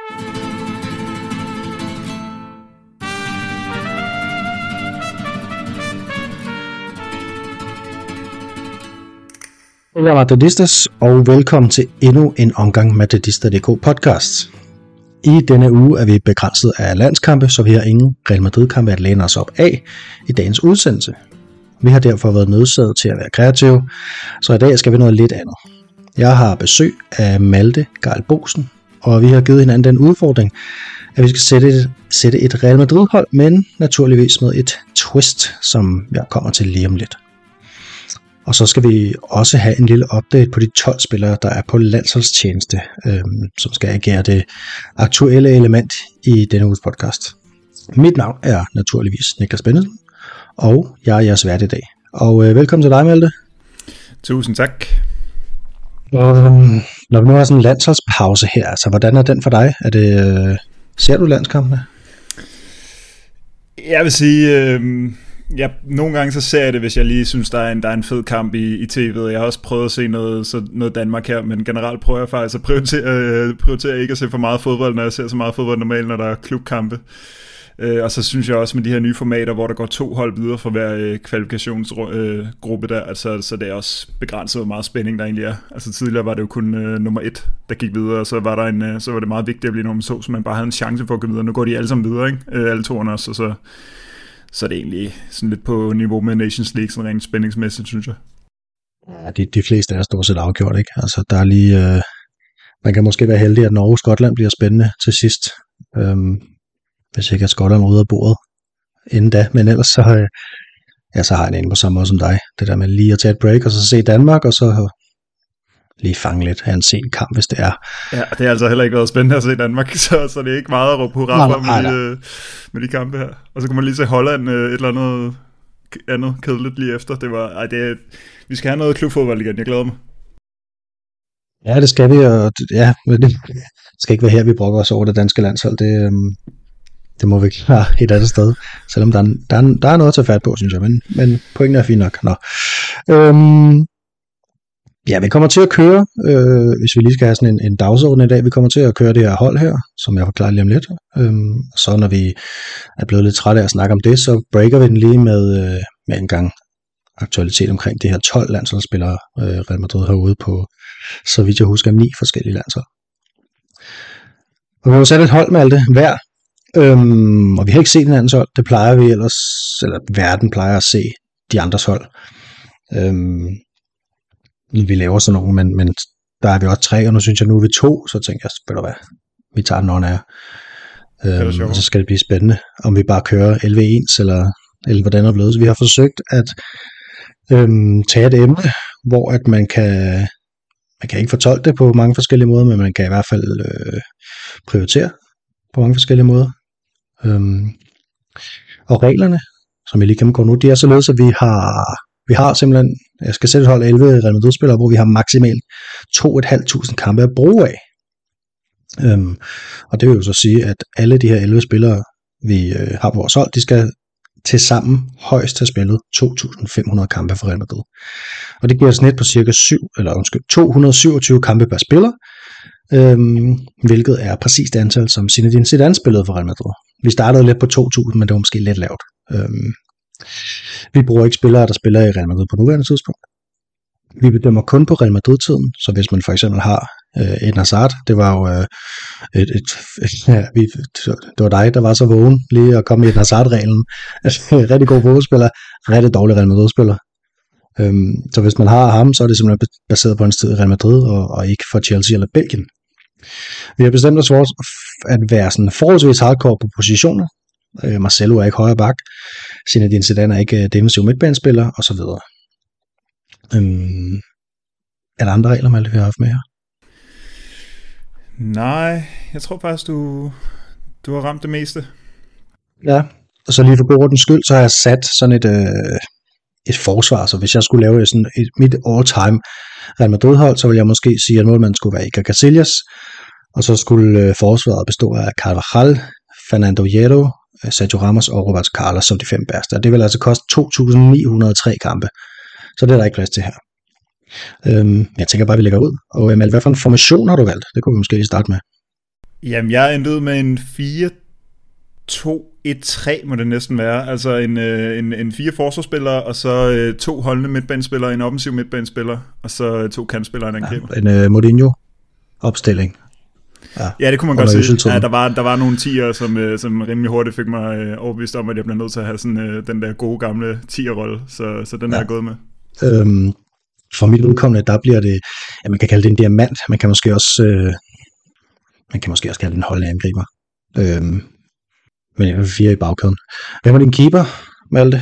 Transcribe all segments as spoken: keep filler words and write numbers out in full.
Jeg er Madridistas, og velkommen til endnu en omgang Madridista punktum d k podcast. I denne uge er vi begrænset af landskampe, så vi har ingen Real Madrid-kampe at læne os op af i dagens udsendelse. Vi har derfor været nødsaget til at være kreative, så i dag skal vi noget lidt andet. Jeg har besøg af Malte Geil Boesen, og vi har givet hinanden den udfordring, at vi skal sætte et, sætte et Real Madrid-hold, men naturligvis med et twist, som jeg kommer til lige om lidt. Og så skal vi også have en lille update på de tolv spillere, der er på landsholdstjeneste, øhm, som skal agere det aktuelle element i denne uges podcast. Mit navn er naturligvis Niklas Bennedsen, og jeg er jeres vært i dag. Og øh, velkommen til dig, Malte. Tusind tak. Og, øhm, når vi nu har sådan en landsholdspause her, altså hvordan er den for dig? Er det, øh, ser du landskampene? Jeg vil sige... Øh... Ja, nogle gange så ser jeg det, hvis jeg lige synes, der er en, der er en fed kamp i, i tv'et. Jeg har også prøvet at se noget, så noget Danmark her, men generelt prøver jeg faktisk at prioritere, prioritere ikke at se for meget fodbold, når jeg ser så meget fodbold normalt, når der er klubkampe. Øh, og så synes jeg også med de her nye formater, hvor der går to hold videre for hver øh, kvalifikationsgruppe der, altså, så det er også begrænset, hvor meget spænding der egentlig er. Altså tidligere var det jo kun øh, nummer et, der gik videre, og så var, der en, øh, så var det meget vigtigt at blive nummer to, så man bare havde en chance for at gå videre. Nu går de alle sammen videre, ikke? Øh, alle toerne også, og så... Så er det egentlig sådan lidt på niveau med Nations League, sådan rent spændingsmæssigt, synes jeg. Ja, de, de fleste er stort set afgjort, ikke? Altså, der er lige... Øh, man kan måske være heldig, at Norge og Skotland bliver spændende til sidst. Øhm, hvis ikke at Skotland er ude af bordet inden da. Men ellers så, øh, ja, så har jeg en inde på samme måde som dig. Det der med lige at tage et break, og så se Danmark, og så lige fange lidt af en sen kamp, hvis det er. Ja, det har altså heller ikke været spændende at se Danmark, så, så det er ikke meget at råbe hurra for med, de, med de kampe her. Og så kunne man lige se Holland et eller andet andet kedeligt lige efter. Det var, ej, det er, vi skal have noget klubfodbold igen, jeg glæder mig. Ja, det skal vi, og ja, det skal ikke være her, vi brokker os over det danske landshold. Det, øhm, det må vi klare et andet sted, selvom der er, der, er, der er noget at tage fat på, synes jeg, men, men pointen er fint nok. Nå. Øhm, Ja, vi kommer til at køre, øh, hvis vi lige skal have sådan en, en dagsorden i dag, vi kommer til at køre det her hold her, som jeg forklarer lige om lidt. Øhm, så når vi er blevet lidt trætte af at snakke om det, så breaker vi den lige med, øh, med en gang aktualitet omkring det her tolv landsholdsspillere, øh, Real Madrid herude på, så vidt jeg husker, ni forskellige landshold. Og vi har sat et hold med alt det hver, øhm, og vi har ikke set en andens hold, det plejer vi ellers, eller verden plejer at se de andres hold. Øhm, vi laver sådan nogle, men, men der er vi også tre, og nu synes jeg, nu er vi to, så tænker jeg, ved du hvad, vi tager den under jer. Øhm, og så skal det blive spændende, om vi bare kører elleve ens, eller, eller hvordan det er blevet. Så vi har forsøgt at øhm, tage et emne, hvor at man kan, man kan ikke fortolke det på mange forskellige måder, men man kan i hvert fald øh, prioritere på mange forskellige måder. Øhm, og reglerne, som jeg lige kan gå nu, de er således, at vi har Vi har simpelthen, jeg skal sætte et hold elleve Real Madrid-spillere, hvor vi har maksimalt to tusind fem hundrede kampe at bruge af. Øhm, og det vil jo så sige, at alle de her elleve spillere, vi øh, har på vores hold, de skal til sammen højst have spillet to tusind fem hundrede kampe for Real Madrid. Og det giver et snit på cirka syv, eller undskyld, to hundrede syvogtyve kampe per spiller, øhm, hvilket er præcis det antal, som Zinedine Zidane spillede for Real Madrid. Vi startede lidt på to tusind, men det var måske lidt lavt. Øhm, Vi bruger ikke spillere, der spiller i Real Madrid på nuværende tidspunkt. Vi bedømmer kun på Real Madrid-tiden, så hvis man for eksempel har øh, Eden Hazard, det var jo øh, et, et, et, ja, vi, det var dig, der var så vågen lige at komme i Eden Hazard-reglen. Rigtig god fodboldspiller, rigtig dårlig Real Madrid-spiller. Øhm, så hvis man har ham, så er det simpelthen baseret på hans tid i Real Madrid, og, og ikke for Chelsea eller Belgien. Vi har bestemt os for at være sådan forholdsvis hardcore på positioner. Marcelo er ikke højre bak, Zinedine Zidane er ikke defensiv midtbanespiller, og så videre. Øhm, er der andre regler, Malte, vi har haft med her? Nej, jeg tror faktisk, du, du har ramt det meste. Ja, og så lige for god ordens skyld, så har jeg sat sådan et, øh, et forsvar, så hvis jeg skulle lave sådan et, mit all-time Real Madrid-hold, så ville jeg måske sige, at målmanden skulle være Iker Casillas, og så skulle øh, forsvaret bestå af Carvajal, Fernando Hierro, Sergio Ramos og Roberto Carlos som de fem bedste. Og det vil altså koste to tusind ni hundrede og tre kampe. Så det er der ikke plads til her. Øhm, jeg tænker bare, vi lægger ud. Og Emil, hvad for en formation har du valgt? Det kunne vi måske lige starte med. Jamen, jeg endte ud med en fire to et tre må det næsten være. Altså en, øh, en, en fire forsvarsspillere, og så øh, to holdende midtbanespillere, en offensiv midtbanespiller, og så øh, to kantspillere og en angriber. Ja, en øh, Mourinho-opstilling. Ja, ja, det kunne man godt sige. Ja, der var, der var nogle tiere, som, øh, som rimelig hurtigt fik mig øh, overbevist om, at jeg blev nødt til at have sådan, øh, den der gode gamle tier-rolle, så, så den ja. er jeg gået med. Øhm, for mit udkommende, der bliver det, ja, man kan kalde det en diamant, man kan måske også, øh, man kan måske også kalde det en holdende angriber. Øhm, men jeg har fire i bagkæden. Hvem var din keeper, Malte?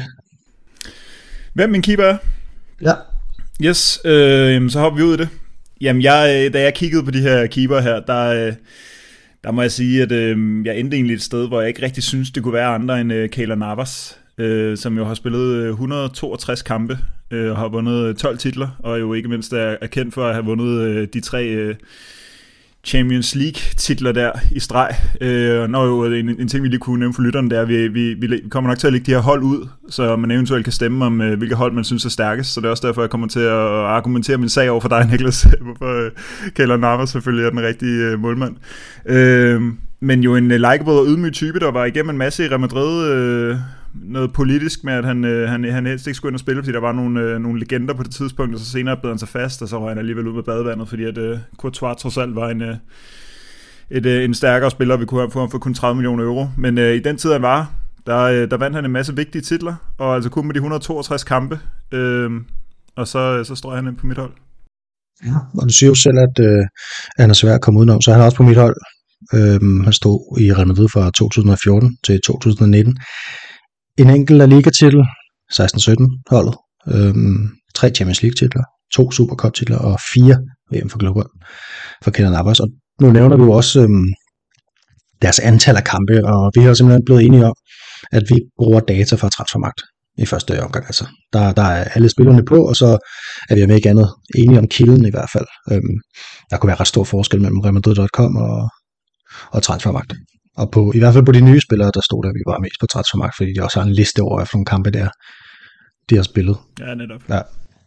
Hvem min keeper er? Ja. Yes, øh, så hopper vi ud i det. Jamen, jeg, da jeg kiggede på de her keeper her, der, der må jeg sige, at øh, jeg endte egentlig et sted, hvor jeg ikke rigtig synes, det kunne være andre end øh, Keylor Navas, øh, som jo har spillet et hundrede og toogtres kampe, øh, og har vundet tolv titler, og jo ikke mindst er, er kendt for at have vundet øh, de tre øh, Champions League-titler der i streg. Øh, når jo en, en ting, vi lige kunne nævne for lytterne, det er, at vi, vi, vi kommer nok til at lægge de her hold ud, så man eventuelt kan stemme om, øh, hvilke hold man synes er stærkest. Så det er også derfor, jeg kommer til at argumentere min sag over for dig, Niklas, hvorfor øh, Keylor Navas selvfølgelig er den rigtige øh, målmand. Øh, men jo en øh, likeable og ydmyg type, der var igennem en masse i Real Madrid. Øh, noget politisk med, at han, øh, han, han helst ikke skulle ind og spille, fordi der var nogle, øh, nogle legender på det tidspunkt, og så senere blev han så fast, og så røg han alligevel ud med badevandet, fordi at øh, Courtois trods alt var en, øh, et, øh, en stærkere spiller, vi kunne have fået for kun tredive millioner euro. Men øh, i den tid, han var, der, øh, der vandt han en masse vigtige titler, og altså kun med de et hundrede og toogtres kampe, øh, og så, så strøg han ind på mit hold. Ja, og du siger jo selv, at øh, han er svær at komme udenom, så han er også på mit hold. Øh, han stod i Real Madrid fra to tusind og fjorten til to tusind og nitten. En enkelt La Liga-titel, seksten sytten holdet, øhm, tre Champions League-titler, to Super Cup-titler og fire V M for klubber for Keylor Navas. Og nu nævner vi jo også øhm, deres antal af kampe, og vi har simpelthen blevet enige om, at vi bruger data fra transfermarkt i første omgang. Altså, der, der er alle spillerne på, og så er vi om ikke andet enige om kilden i hvert fald. Øhm, der kunne være ret stor forskel mellem Real Madrid punktum com og, og transfermarkt. Og på, i hvert fald på de nye spillere, der stod der, vi var mest på transfermarkt, fordi de også har en liste over, hvilke nogle kampe der, de har spillet. Ja, netop. Ja.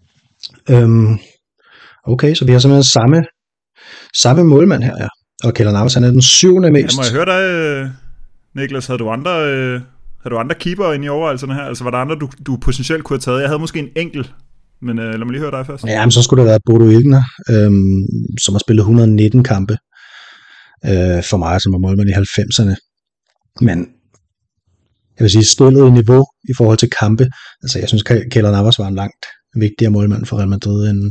Øhm, okay, så vi har simpelthen samme, samme målmand her, ja. Og Keylor Navas, han er den syvende mest. Ja, må jeg høre dig, Niklas, havde du andre, havde du andre keeper inde i overvejelserne her? Altså var der andre, du, du potentielt kunne have taget? Jeg havde måske en enkelt, men øh, lad mig lige høre dig først. Ja, men så skulle det være Bodo Illner, øhm, som har spillet et hundrede og nitten kampe. Øh, for mig, som var målmand i halvfemserne. Men jeg vil sige, stillet i niveau i forhold til kampe. Altså, jeg synes, Keylor Navas var en langt vigtigere målmand for Real Madrid, end,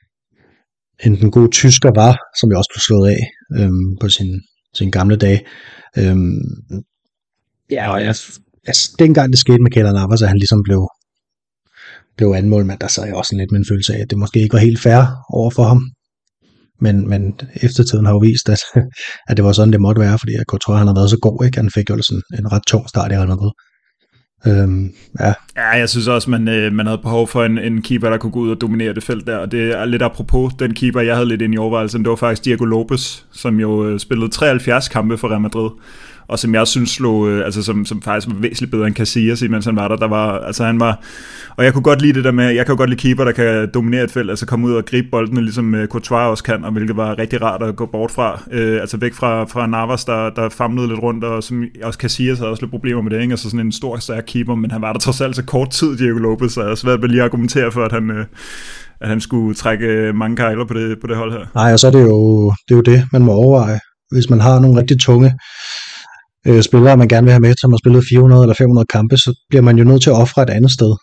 end den gode tysker var, som jeg også blev slået af øhm, på sin, sin gamle dage. Øhm, ja, og jeg, altså, dengang det skete med Keylor Navas, at han ligesom blev, blev anden målmand, der sad jeg også lidt med en følelse af, at det måske ikke var helt fair over for ham. Men, men eftertiden har jo vist, at, at det var sådan, det måtte være, fordi jeg tror, han har været så god, ikke? Han fik jo sådan en ret tung start i Real Madrid. Øhm, ja. ja, jeg synes også, man, øh, man havde behov for en, en keeper, der kunne gå ud og dominere det felt der, og det er lidt apropos den keeper, jeg havde lidt ind i overvejelsen, det var faktisk Diego Lopez, som jo øh, spillede treoghalvfjerds kampe for Real Madrid, og som jeg synes slog, øh, altså som, som faktisk var væsentligt bedre end Casillas, mens han var der, der var, altså han var, og jeg kunne godt lide det der med, jeg kan jo godt lide keeper, der kan dominere et felt, altså komme ud og gribe boldene, ligesom øh, Courtois også kan, og hvilket var rigtig rart at gå bort fra, øh, altså væk fra, fra Navas, der, der famlede lidt rundt, og som også Casillas havde også lidt problemer med det, ikke? Altså sådan en stor, stærk keeper, men han var der trods alt så kort tid, Diego Lopez, så jeg har svært ved lige at argumentere for, at han, øh, at han skulle trække mange kejler på det, på det hold her. Nej, og så er det jo det, er jo det man må overveje, hvis man har nogle rigtig tunge øh, spillere, man gerne vil have med, som har spillet fire hundrede eller fem hundrede kampe, så bliver man jo nødt til at ofre et andet sted.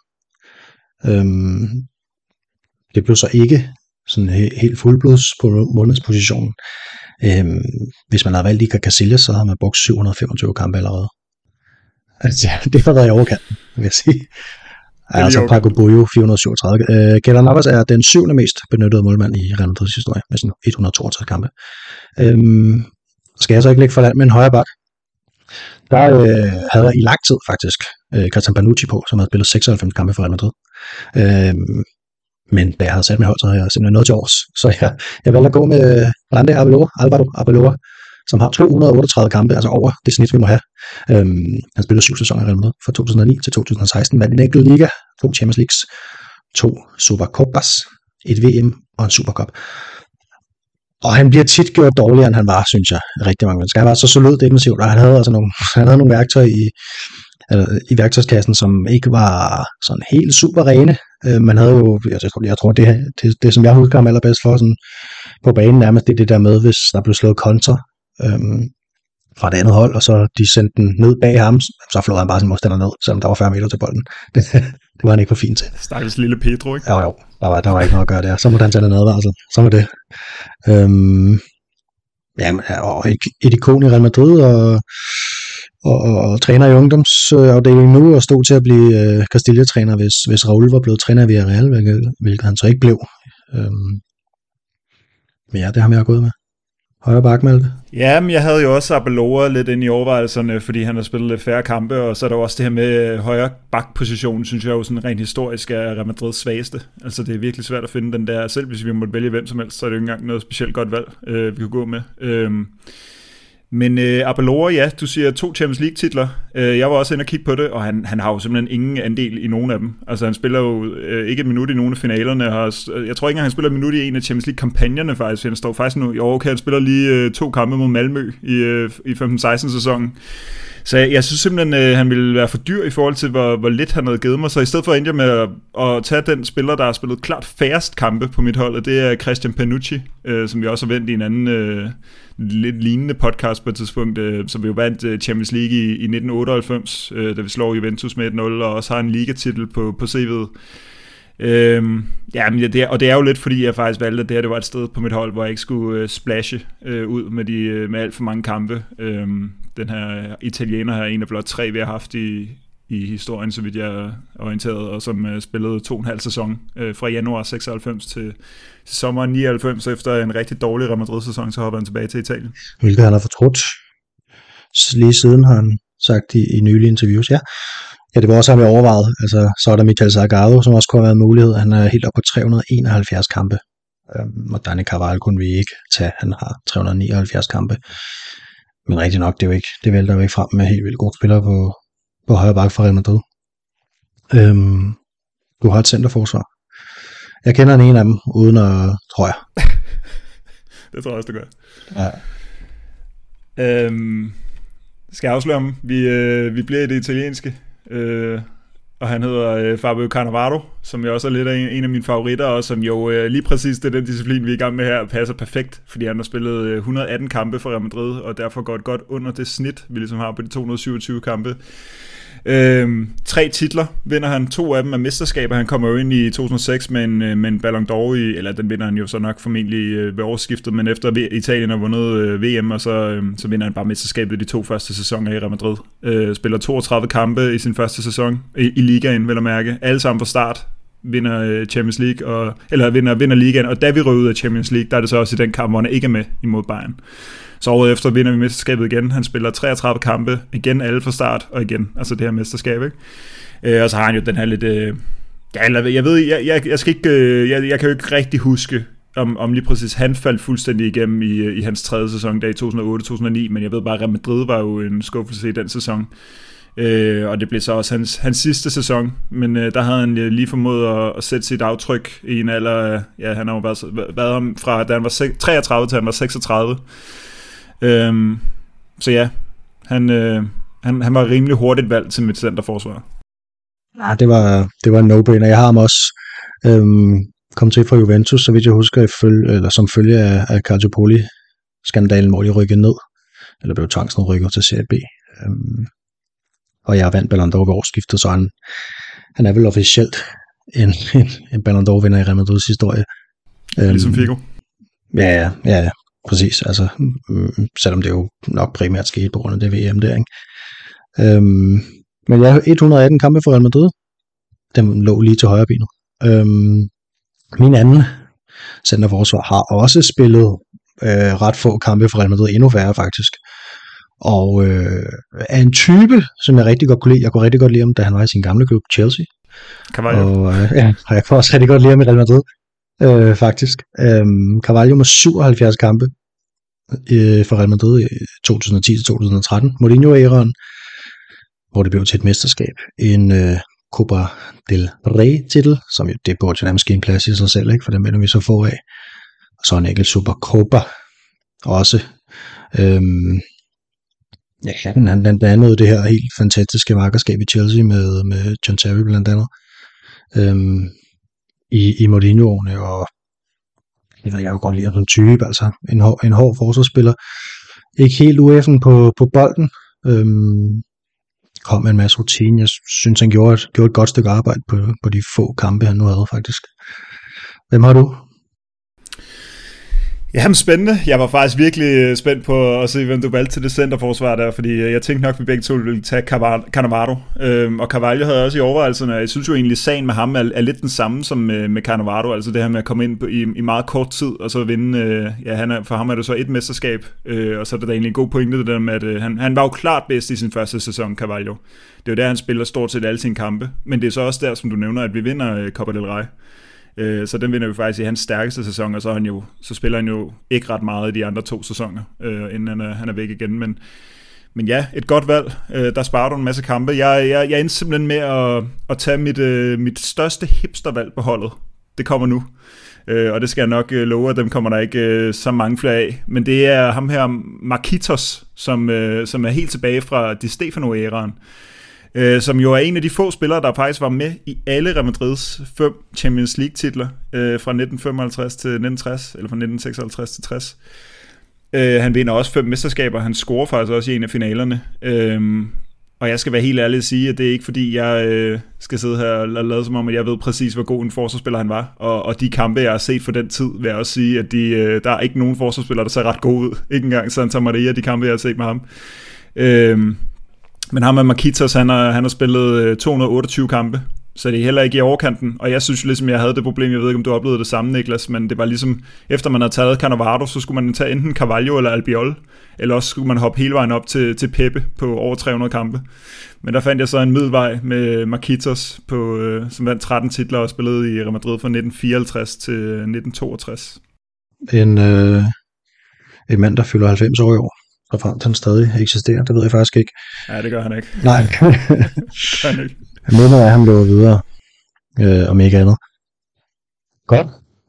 Øhm, det blev så ikke sådan he- helt fuldblods på månedspositionen. Øhm, hvis man havde valgt Iker Casillas, så havde man brugt syv hundrede og femogtyve kampe allerede. Altså, det har været i overkanten, vil jeg sige. Altså Paco Bullo, fire hundrede og syvogtredive. Øh, Keylor Navas er den syvende mest benyttede målmand i Real Madrids historie, med sine et hundrede og toogtres kampe. Øhm, skal jeg så ikke lægge for land med en højre bak? Der øh, havde jeg i lang tid faktisk øh, Christian Panucci på, som havde spillet seksoghalvfems kampe for Real Madrid. Øhm, men da jeg havde sat mit hold, så havde jeg simpelthen noget til års. Så jeg, jeg valgte at gå med Brande Arbeloa, Alvaro Arbeloa, som har to hundrede og otteogtredive kampe, altså over det snit, vi må have. Øhm, han spillede syv sæsoner i Real Madrid fra to tusind og ni til to tusind og seksten, vandt en enkelt liga, to Champions Leagues, to Super Copas, et V M og en Super Cup. Og han bliver tit gjort dårligere, end han var, synes jeg, rigtig mange mennesker. Han var så solid defensivt, og han havde altså nogle, han havde nogle værktøjer i, eller, i værktøjskassen, som ikke var sådan helt super rene. Øh, man havde jo, jeg tror, jeg tror det, det, det, som jeg husker ham allerbedst for sådan, på banen, nærmest det, det der med, hvis der blev slået kontra øh, fra det andet hold, og så de sendte den ned bag ham, så flåede han bare sin modstander ned, selvom der var fyrre meter til bolden. Det, det var han ikke for fint til. Stakkels lille Pedro, ikke? Jo, jo. Der var, der var ikke noget at gøre der. Så måtte han tage den advarsel. Så var det. Øhm, ja, og et ikon i Real Madrid, og, og, og, og træner i ungdomsafdelingen nu, og stod til at blive øh, Castilla-træner, hvis, hvis Raul var blevet træner i Villarreal, hvilket, hvilket han så ikke blev. Øhm, men ja, det har jeg gået med. Højre bak, Malte? Ja, men jeg havde jo også Arbeloa lidt ind i overvejelserne, fordi han har spillet lidt færre kampe, og så er der også det her med højre bakpositionen, synes jeg jo sådan rent historisk er Real Madrids svageste. Altså det er virkelig svært at finde den der, selv hvis vi måtte vælge hvem som helst, så er det jo ikke engang noget specielt godt valg, øh, vi kan gå med. Øh, Men øh, Arbeloa, ja, du siger to Champions League-titler. Øh, jeg var også inde og kigge på det, og han, han har jo simpelthen ingen andel i nogen af dem. Altså han spiller jo øh, ikke et minut i nogen af finalerne. Har, jeg tror ikke engang, han spiller et minut i en af Champions League-kampagnerne faktisk. Han står faktisk nu i år, okay, han spiller lige øh, to kampe mod Malmø i, øh, i femten seksten sæsonen. Så jeg, jeg synes simpelthen, at øh, han ville være for dyr i forhold til, hvor, hvor lidt han havde givet mig. Så i stedet for endte jeg med at, at tage den spiller, der har spillet klart færrest kampe på mit hold, og det er Christian Panucci, øh, som vi også har vendt i en anden øh, lidt lignende podcast på et tidspunkt, øh, som vi jo vandt Champions League i, i nitten otteoghalvfems, øh, da vi slår Juventus med et nul, og også har en ligatitel på, på C V'et. Øhm, ja, men det er, og det er jo lidt fordi jeg faktisk valgte at det her, det var et sted på mit hold, hvor jeg ikke skulle øh, splashe øh, ud med, de, med alt for mange kampe. Øhm, den her italiener her er en af blot tre vi har haft i, i historien, så vidt jeg er orienteret, og som øh, spillede to og en halv sæson øh, fra januar seksoghalvfems til, til sommeren nioghalvfems, og efter en rigtig dårlig Real Madrid sæson, så hopper han tilbage til Italien. Hvilket han har fortrudt. Lige siden har han sagt i, i nylige interviews, ja. Ja, det var også ham, jeg overvejede. Altså, så er der Michael Salgado, som også kunne have været en mulighed. Han er helt oppe på tre hundrede og enoghalvfjerds kampe. Øhm, og Dani Carvajal kunne vi ikke tage. Han har tre hundrede og nioghalvfjerds kampe. Men rigtig nok, det er jo ikke, det vælter jo ikke frem med helt vildt gode spillere på, på højre bakke for Real Madrid. Øhm, du har et centerforsvar. Jeg kender en af dem, uden at, tror jeg. Det tror jeg også, du gør. Ja. Øhm, skal jeg afsløre ham? Vi, øh, vi bliver i det italienske. Øh, og han hedder øh, Fabio Cannavaro, som jo også er lidt af en, en af mine favoritter, og som jo øh, lige præcis det den disciplin, vi er i gang med her, passer perfekt, fordi han har spillet øh, et hundrede og atten kampe for Real Madrid, og derfor går det godt under det snit, vi ligesom har på de to hundrede og syvogtyve kampe. Øhm, tre titler vinder han, to af dem er mesterskaber. Han kommer jo ind i to tusind og seks med en, med en Ballon d'Or i, eller den vinder han jo så nok formentlig ved årsskiftet, men efter Italien har vundet V M, og så, så vinder han bare mesterskabet de to første sæsoner i Real Madrid. Øh, spiller toogtredive kampe i sin første sæson i, i ligaen, vel at mærke. Alle sammen fra start vinder Champions League, og, eller vinder, vinder ligaen, og da vi røg ud af Champions League, der er det så også i den kamp, hvor han ikke er med imod Bayern. Så året efter vinder vi mesterskabet igen. Han spiller treogtredive kampe, igen alle fra start, og igen, altså det her mesterskab, ikke? Øh, og så har han jo den her lidt... Øh, ja, jeg ved, jeg, jeg, jeg skal ikke... Øh, jeg, jeg kan jo ikke rigtig huske, om, om lige præcis han faldt fuldstændig igennem i, i hans tredje sæson, der i to tusind og otte til to tusind og ni, men jeg ved bare, at Real Madrid var jo en skuffelse i den sæson. Øh, og det blev så også hans, hans sidste sæson, men øh, der havde han lige formået at, at sætte sit aftryk i en alder... Ja, han har jo været, været om fra, da han var treogtredive til han var seksogtredive. Øhm, så ja, han, øh, han, han var rimelig hurtigt valgt til mit centerforsvar. Ja, det var, det var en no-brainer. Jeg har ham også øhm, kommet til fra Juventus, så vidt jeg husker, følge, eller som følge af, af Calciopoli-skandalen, hvor de rykkede ned, eller blev tvangsnedrykket til Serie B. Øhm, og jeg vandt Ballon d'Or ved årsskiftet, så han, han er vel officielt en, en, en Ballon d'Or-vinder i Real Madrids historie. Ligesom Figo. Ja, ja, ja. Præcis, altså mm, selvom det jo nok primært skete på grund af det V M der, ikke? Øhm, men jeg har et hundrede og atten kampe for Real Madrid. Den lå lige til højre benet. Øhm, min anden centerforsvar har også spillet øh, ret få kampe for Real Madrid, endnu færre faktisk. Og øh, er en type, som jeg rigtig godt kunne lide. Jeg kunne rigtig godt lide ham, da han var i sin gamle klub, Chelsea. Carvalho. Og øh, ja, og jeg kunne også rigtig godt lide ham i Real Madrid. Øh, faktisk. Øhm, Carvalho med syvoghalvfjerds kampe øh, for Real Madrid i to tusind og ti til to tusind og tretten. Mourinho-æraen, hvor det blev til et mesterskab. En øh, Copa del Rey-titel, som jo, det burde jo nærmest give en plads i sig selv, ikke? For den vender vi så få af. og så en enkelt Supercopa også. Øhm, ja, han, han, han dannede det her helt fantastiske makkerskab i Chelsea med, med John Terry blandt andet. Øhm, i, i Mourinho-årene, og jeg ved, jeg jo godt lide sådan en type, altså en, hår, en hård forsvarsspiller. Ikke helt ueffen på, på bolden. Øhm, kom med en masse rutine. Jeg synes, han gjorde et, gjorde et godt stykke arbejde på, på de få kampe, han nu havde faktisk. Hvem har du? Jamen spændende. Jeg var faktisk virkelig spændt på at se, hvem du valgte til det centerforsvar der, fordi jeg tænkte nok, at vi begge to ville tage Cannavaro. Øhm, og Carvalho havde også i overvejelserne, og jeg synes jo egentlig, at sagen med ham er, er lidt den samme som med, med Cannavaro, altså det her med at komme ind på, i, i meget kort tid, og så vinde, øh, ja, han er, for ham er det så et mesterskab, øh, og så er det da egentlig en god pointe, det der med, at øh, han, han var jo klart bedst i sin første sæson, Carvalho. Det er jo der, han spiller stort set alle sine kampe, men det er så også der, som du nævner, at vi vinder øh, Copa del Rey. Så den vinder vi faktisk i hans stærkeste sæson, og så, han jo, så spiller han jo ikke ret meget i de andre to sæsoner, øh, inden han er, han er væk igen. Men, men ja, et godt valg. Øh, der sparer du en masse kampe. Jeg, jeg, jeg endte simpelthen med at, at tage mit, øh, mit største hipstervalg på holdet. Det kommer nu. Øh, og det skal jeg nok øh, love, at dem kommer der ikke øh, så mange flere af. Men det er ham her, Marquinhos, som, øh, som er helt tilbage fra Di Stefano-æraen. Øh, som jo er en af de få spillere, der faktisk var med i alle Real Madrids fem Champions League-titler øh, fra nitten femoghalvtreds til nitten tres, eller fra nitten seksoghalvtreds til tres. Øh, han vinder også fem mesterskaber, han scorer faktisk også i en af finalerne. Øh, og jeg skal være helt ærlig at sige, at det er ikke fordi, jeg øh, skal sidde her og lade som om, at jeg ved præcis, hvor god en forsvarsspiller han var. Og, og de kampe, jeg har set for den tid, vil jeg også sige, at de, øh, der er ikke nogen forsvarsspillere, der ser ret gode ud. Ikke engang Santa Maria, de kampe, jeg har set med ham. Øh, Men ham med Marquinhos, han har, han har spillet to hundrede og otteogtyve kampe, så det er heller ikke i overkanten. Og jeg synes ligesom, jeg havde det problem, jeg ved ikke, om du oplevede det samme, Niklas, men det var ligesom, efter man havde taget Cannavaro, så skulle man tage enten Carvalho eller Albiol, eller også skulle man hoppe hele vejen op til, til Pepe på over tre hundrede kampe. Men der fandt jeg så en middelvej med Marquinhos, på, øh, som vandt tretten titler og spillede i Real Madrid fra nitten fireoghalvtreds til nitten toogtres. En, øh, en mand, der fylder halvfems år i år. Så frem til han stadig eksisterer, det ved jeg faktisk ikke. Nej, det gør han ikke. Nej. gør han ikke. Jeg mener, at han løber videre, øh, om ikke andet. Godt.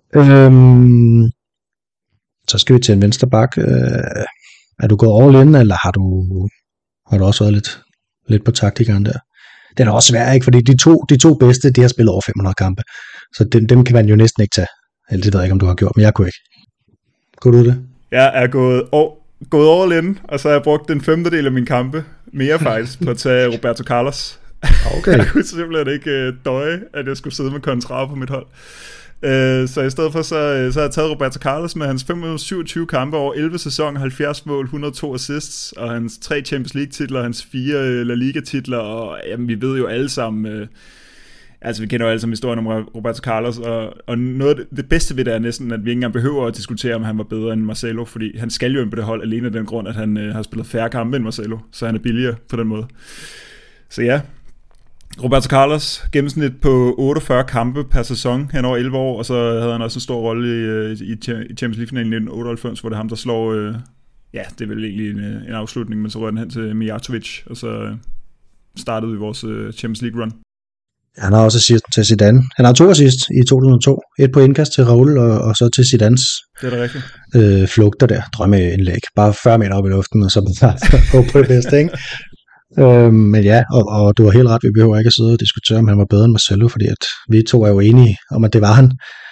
Øhm, så skal vi til en venstre bak. Øh, er du gået all in, eller har du, har du også været lidt, lidt på taktikeren der? Det er også svært, ikke? Fordi de to, de to bedste, de har spillet over fem hundrede kampe. Så dem, dem kan man jo næsten ikke tage. Eller det ved jeg ikke, om du har gjort, men jeg kunne ikke. Kunne du det? Jeg er gået over gået all in, og så har jeg brugt den femtedel af min kampe, mere faktisk, på at tage Roberto Carlos. Okay. Jeg kunne simpelthen ikke døje, at jeg skulle sidde med Contrao på mit hold. Så i stedet for, så, så har jeg taget Roberto Carlos med hans fem hundrede og syvogtyve kampe over elleve sæsoner, halvfjerds mål, et hundrede og to assists, og hans tre Champions League-titler, hans fire La Liga-titler, og jamen, vi ved jo alle sammen... Altså, vi kender jo alle sammen historien om Roberto Carlos, og, og noget det, det bedste ved det er næsten, at vi ikke engang behøver at diskutere, om han var bedre end Marcelo, fordi han skal jo ind på det hold alene af den grund, at han øh, har spillet færre kampe end Marcelo, så han er billigere på den måde. Så ja, Roberto Carlos, gennemsnit på otteogfyrre kampe per sæson hen over elleve år, og så havde han også en stor rolle i, i, i Champions League-finalen i nitten otteoghalvfems, hvor det er ham, der slår, øh, ja, det er vel egentlig en, en afslutning, men så rører den hen til Mijatovic, og så øh, startede vi vores øh, Champions League-run. Han har også assist til Zidane. Han har to assist i to tusind og to. Et på indkast til Raul, og, og så til Zidanes det er da rigtigt. Øh, flugter der. Drømmeindlæg. Bare fyrre meter op i luften, og så bare på det bedste, ikke? øh, men ja, og, og du har helt ret. Vi behøver ikke at sidde og diskutere, om han var bedre end Marcelo, fordi at vi to er jo enige om, at det var han.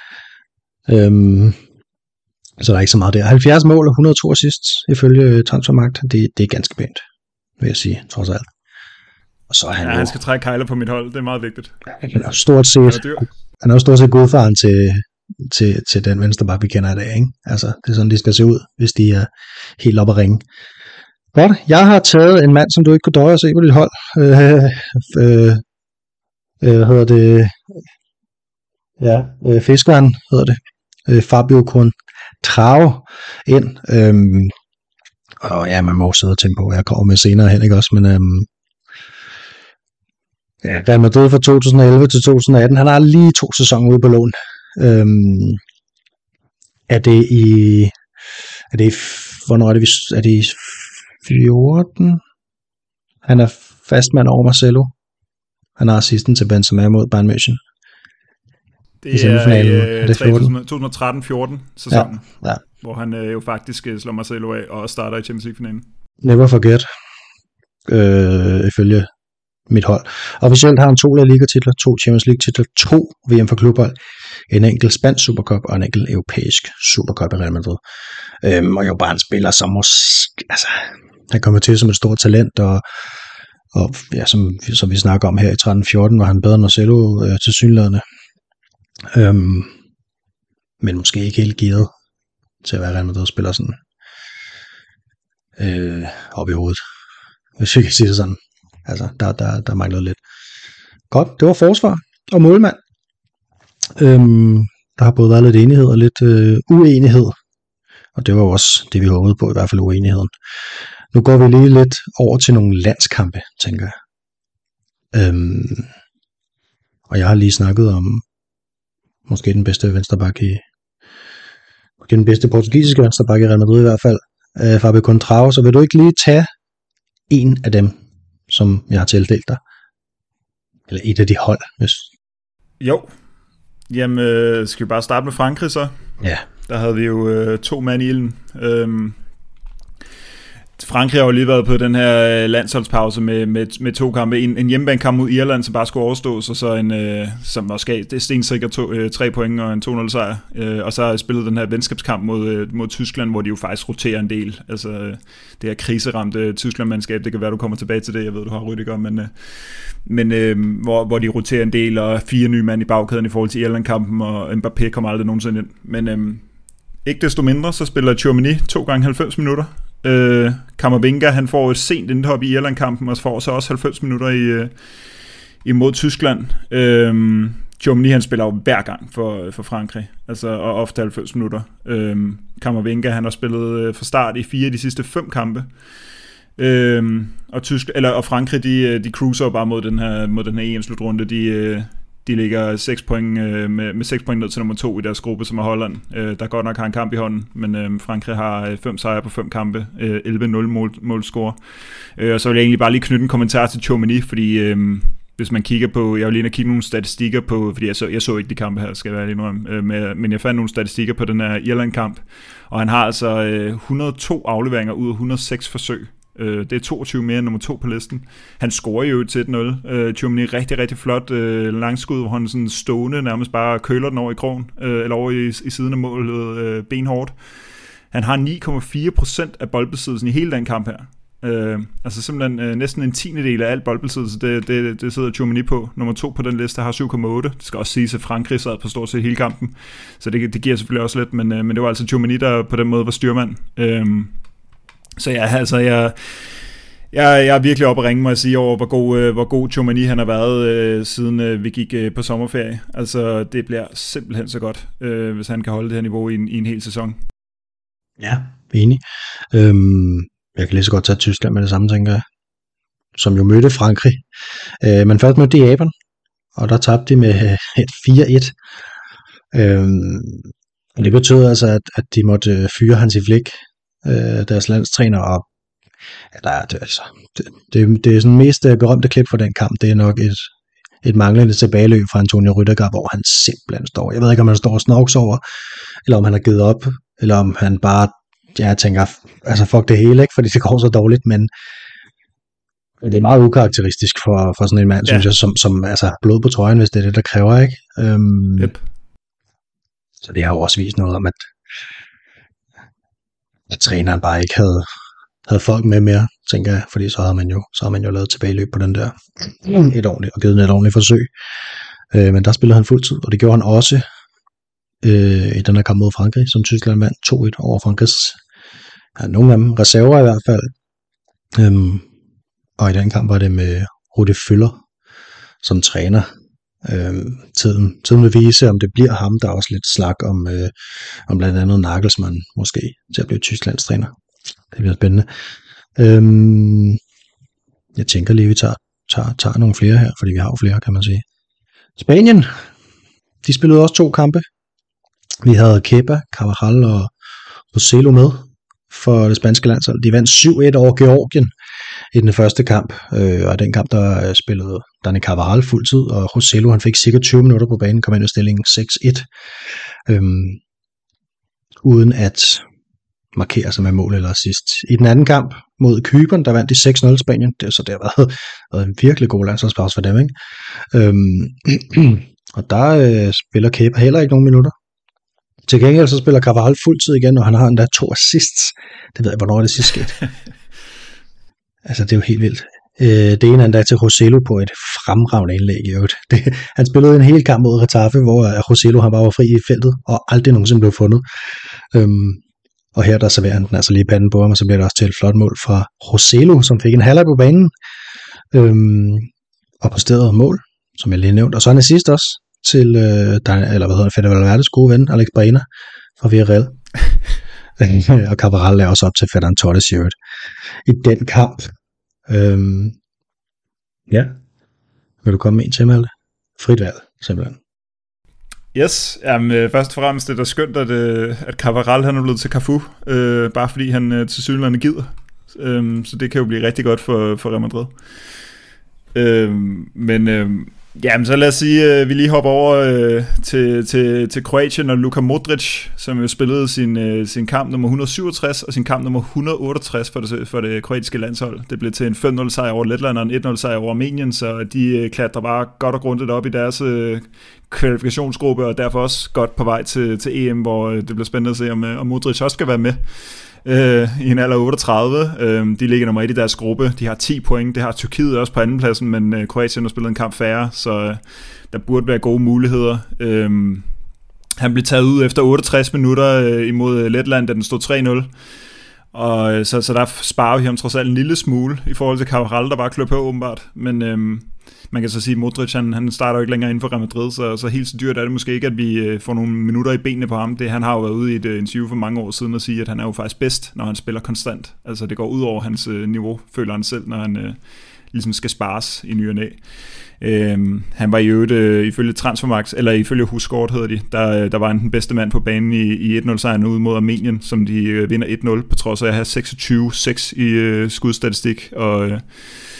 Øhm, så der er ikke så meget der. halvfjerds mål og et hundrede og to assists ifølge Transfermarkt. Det, det er ganske pænt, vil jeg sige, trods alt. Og så er han, ja, jo, han skal trække kejler på mit hold, det er meget vigtigt. Han er stort set, han er jo stort set godfaren til, til, til den venstreback, vi kender i dag, ikke? Altså, det er sådan, de skal se ud, hvis de er helt oppe at ringe. Godt, jeg har taget en mand, som du ikke kunne døje at se på dit hold. Øh, øh, øh, hvad hedder det? Ja, øh, fiskeren hedder det. Øh, Fabio Contrao ind. Øhm, og ja, man må sidde og tænke på, hvad jeg kommer med senere hen, ikke også? Men øhm, ja, Real Madrid fra to tusind og elleve til to tusind og atten. Han har lige to sæsoner ude på lån. Øhm, er det i... Er det i... Hvornår er det, vi... Er det i fjorten? Han er fastmand over Marcelo. Han har assisten til Benzema mod Bayern München. Det i semifinalen. Er, øh, er det tyve tretten fjorten sæsonen, ja, ja. Hvor han øh, jo faktisk slår Marcelo af og starter i Champions League-finalen. Never forget, øh, ifølge mit hold. Officielt har han to La Liga-titler, to Champions League-titler, to V M for klubhold, en enkelt spansk Supercup og en enkelt europæisk Supercup i Real Madrid. Øhm, og jo bare en spiller, som måske, altså, han kommer til som et stort talent, og, og ja, som, som vi snakker om her i tretten fjorten, var han bedre end Marcelo øh, til synlædende. Øhm, men måske ikke helt gearet til at være Real Madrid-spiller sådan øh, op i hovedet, hvis jeg kan sige det sådan. Altså, der, der, der manglede lidt. Godt, det var forsvar og målmand. Øhm, der har både været lidt enighed og lidt øh, uenighed. Og det var jo også det, vi håbede på, i hvert fald uenigheden. Nu går vi lige lidt over til nogle landskampe, tænker jeg. Øhm, og jeg har lige snakket om måske den bedste venstreback i måske den bedste portugisiske venstreback i Real Madrid i hvert fald. Øh, Fabio Contrao, så vil du ikke lige tage en af dem, som jeg har tildelt dig? Eller et af de hold, hvis... Jo. Jamen, øh, skal vi bare starte med Frankrig så? Ja. Der havde vi jo øh, to mand i ilden. Øhm, Frankrig har jo lige været på den her landsholdspause med, med, med to kampe. En, en hjemmebanekamp mod Irland, som bare skulle overstås, og så en, øh, som også gav det stensikker to, øh, tre point og en to nul sejr. Øh, og så har jeg spillet den her venskabskamp mod, øh, mod Tyskland, hvor de jo faktisk roterer en del. Altså øh, det her kriseramte Tyskland-mandskab, det kan være, du kommer tilbage til det, jeg ved, du har Rüdiger, men, øh, men øh, hvor, hvor de roterer en del, og fire nye mand i bagkæden i forhold til Irland-kampen, og Mbappé kommer aldrig nogensinde ind. Men øh, ikke desto mindre, så spiller Tchouaméni to gange halvfems minutter. Øh, Kammervinga, han får et sent indhop i Irland-kampen, og får så også halvfems minutter i, øh, imod Tyskland. Øh, Tchouaméni, han spiller jo hver gang for, for Frankrig, altså, og ofte halvfems minutter. Øh, Kammervinga, han har spillet øh, fra start i fire af de sidste fem kampe. Øh, og, Tysk, eller, og Frankrig, de, de cruiser bare mod den her, mod den her E M-slutrunde. De, øh, de ligger seks point, øh, med, med seks point ned til nummer to i deres gruppe, som er Holland, øh, der godt nok har en kamp i hånden, men øh, Frankrig har fem sejre på fem kampe, øh, elleve nul mål, målscore. Øh, og så vil jeg egentlig bare lige knytte en kommentar til Tchouaméni, fordi øh, hvis man kigger på, jeg vil lige ind og kigge nogle statistikker på, fordi jeg så, jeg så ikke de kampe her, skal jeg være lige nu, øh, med, men jeg fandt nogle statistikker på den her Irland-kamp, og han har altså øh, et hundrede og to afleveringer ud af et hundrede og seks forsøg. Det er toogtyve mere end nummer to på listen. Han scorer jo til et nul. Uh, Tchouaméni rigtig, rigtig flot uh, langskud, hvor han sådan stående nærmest bare køler den over i krogen, uh, eller over i, i siden af målet uh, benhårdt. Han har ni komma fire procent af boldbesiddelsen i hele den kamp her. Uh, altså simpelthen uh, næsten en tiende del af alt boldbesiddelse, det, det, det sidder Tchouaméni på. Nummer to på den liste har syv komma otte. Det skal også siges, at Frankrig sad på stort set hele kampen, så det, det giver selvfølgelig også lidt, men, uh, men det var altså Tchouaméni, der på den måde var styrmand. Uh, Så ja, altså jeg, jeg, jeg er virkelig oppe at ringe mig at sige over, hvor god, øh, hvor god Tchouaméni han har været, øh, siden øh, vi gik øh, på sommerferie. Altså det bliver simpelthen så godt, øh, hvis han kan holde det her niveau i en, i en hel sæson. Ja, enig. Øhm, jeg kan lige så godt tage Tyskland med det samme, tænker jeg, som jo mødte Frankrig. Øh, men først mødte de Japan, og der tabte de med et fire et. Øhm, og det betød altså, at, at de måtte fyre Hansi Flick, deres landstræner, og ja, der er, det, altså, det, det, det er sådan mest berømte klip for den kamp, det er nok et, et manglende tilbageløb fra Antonio Rüdiger, hvor han simpelthen står, jeg ved ikke om han står og snorks over, eller om han har givet op, eller om han bare, ja, jeg tænker, altså fuck det hele, ikke, fordi det går så dårligt, men det er meget ukarakteristisk for, for sådan en mand, ja. Synes jeg, som, som altså blod på trøjen, hvis det er det, der kræver, ikke? Øhm, yep. Så det har jo også vist noget om, at at træneren bare ikke havde, havde folk med mere, tænker jeg, fordi så havde man jo, så havde man jo lavet tilbageløb på den der et ordentligt, og givet den et ordentligt forsøg. Øh, men der spillede han fuldtid, og det gjorde han også øh, i den her kamp mod Frankrig, som Tyskland vandt to et over Frankrigs. Ja, nogle af dem reserver i hvert fald. Øhm, og i den kamp var det med Rudi Völler som træner. Øhm, tiden, tiden vil vise, om det bliver ham. Der er også lidt snak om, øh, om blandt andet Nagelsmann måske til at blive Tysklands træner. Det bliver spændende. Øhm, jeg tænker lige, vi tager, tager, tager nogle flere her, fordi vi har jo flere, kan man sige. Spanien, de spillede også to kampe. Vi havde Kepa, Carvajal og Rossello med for det spanske landshold. De vandt syv et over Georgien i den første kamp, øh, og den kamp, der spillede, Dani Carvajal fuld tid, og Joselu han fik cirka tyve minutter på banen, kom ind i stillingen seks et, øhm, uden at markere sig med mål eller assist. I den anden kamp mod Cypern, der vandt de seks nul Spanien, det, så det har været, været en virkelig god landsholdspause for dem, ikke? Øhm, og der øh, spiller Kepa heller ikke nogen minutter. Til gengæld så spiller Carvajal fuld tid igen, og han har endda to assists. Det ved jeg, hvornår det sidst skete. Altså, det er jo helt vildt. Øh, det ene er endda til Joselu på et fremragende indlæg i øvrigt. Det, han spillede en hel kamp mod Getafe, hvor Joselu han bare var fri i feltet, og aldrig nogensinde blev fundet. Øhm, og her der serverer han den altså lige panden på ham, og så bliver det også til et flot mål fra Joselu, som fik en halvleg på banen. Øhm, og på stedet mål, som jeg lige nævnte. Og så en assist også til, øh, der, eller hvad hedder det, Fede Valverdes gode ven, Alex Baena fra Villarreal. Og Carvajal laver også op til Ferran Torres i øvrigt i den kamp. Øhm, ja. Vil du komme med en til, Malte? Frit valg, simpelthen. Yes, jamen, øh, først og fremmest det er da skønt, at, øh, at Carvajal han er blevet til Cafu, øh, bare fordi han øh, til synligheden gider. Øh, så det kan jo blive rigtig godt for, for Real Madrid. Øh, men øh, jamen, så lad os sige, at øh, vi lige hopper over øh, til, til, til Kroatien og Luka Modric, som jo spillede sin, øh, sin kamp nummer et hundrede syvogtres og sin kamp nummer et hundrede otteogtres for det, for det kroatiske landshold. Det blev til en fem nul sejr over Letland og en et nul sejr over Armenien, så de øh, klatrer bare godt og grundigt op i deres øh, kvalifikationsgruppe, og derfor også godt på vej til, til E M, hvor øh, det bliver spændende at se, om, øh, om Modric også skal være med. Øh, i en alder otteogtredive. Øh, de ligger nummer et i deres gruppe. De har ti point. Det har Tyrkiet også på andenpladsen, men øh, Kroatien har spillet en kamp færre, så øh, der burde være gode muligheder. Øh, han blev taget ud efter otteogtres minutter øh, imod Letland, da den stod tre nul. Og øh, så, så der sparer vi ham trods alt en lille smule i forhold til Carvajal, der bare klør på åbenbart. Men øh, man kan så sige, at Modric han, han starter jo ikke længere inden for Real Madrid, så, så helt så dyrt er det måske ikke, at vi øh, får nogle minutter i benene på ham. Det, han har jo været ude i et øh, interview for mange år siden og sige, at han er jo faktisk bedst, når han spiller konstant. Altså det går ud over hans øh, niveau, føler han selv, når han øh, ligesom skal spares i ny og næ. Øh, han var i øvrigt øh, ifølge Transfermarkt, eller ifølge Huskort hedder de, der, der var han den bedste mand på banen i, i et nul sejren ude mod Armenien, som de øh, vinder et nul, på trods af at have seksogtyve seks i øh, skudstatistik, og øh,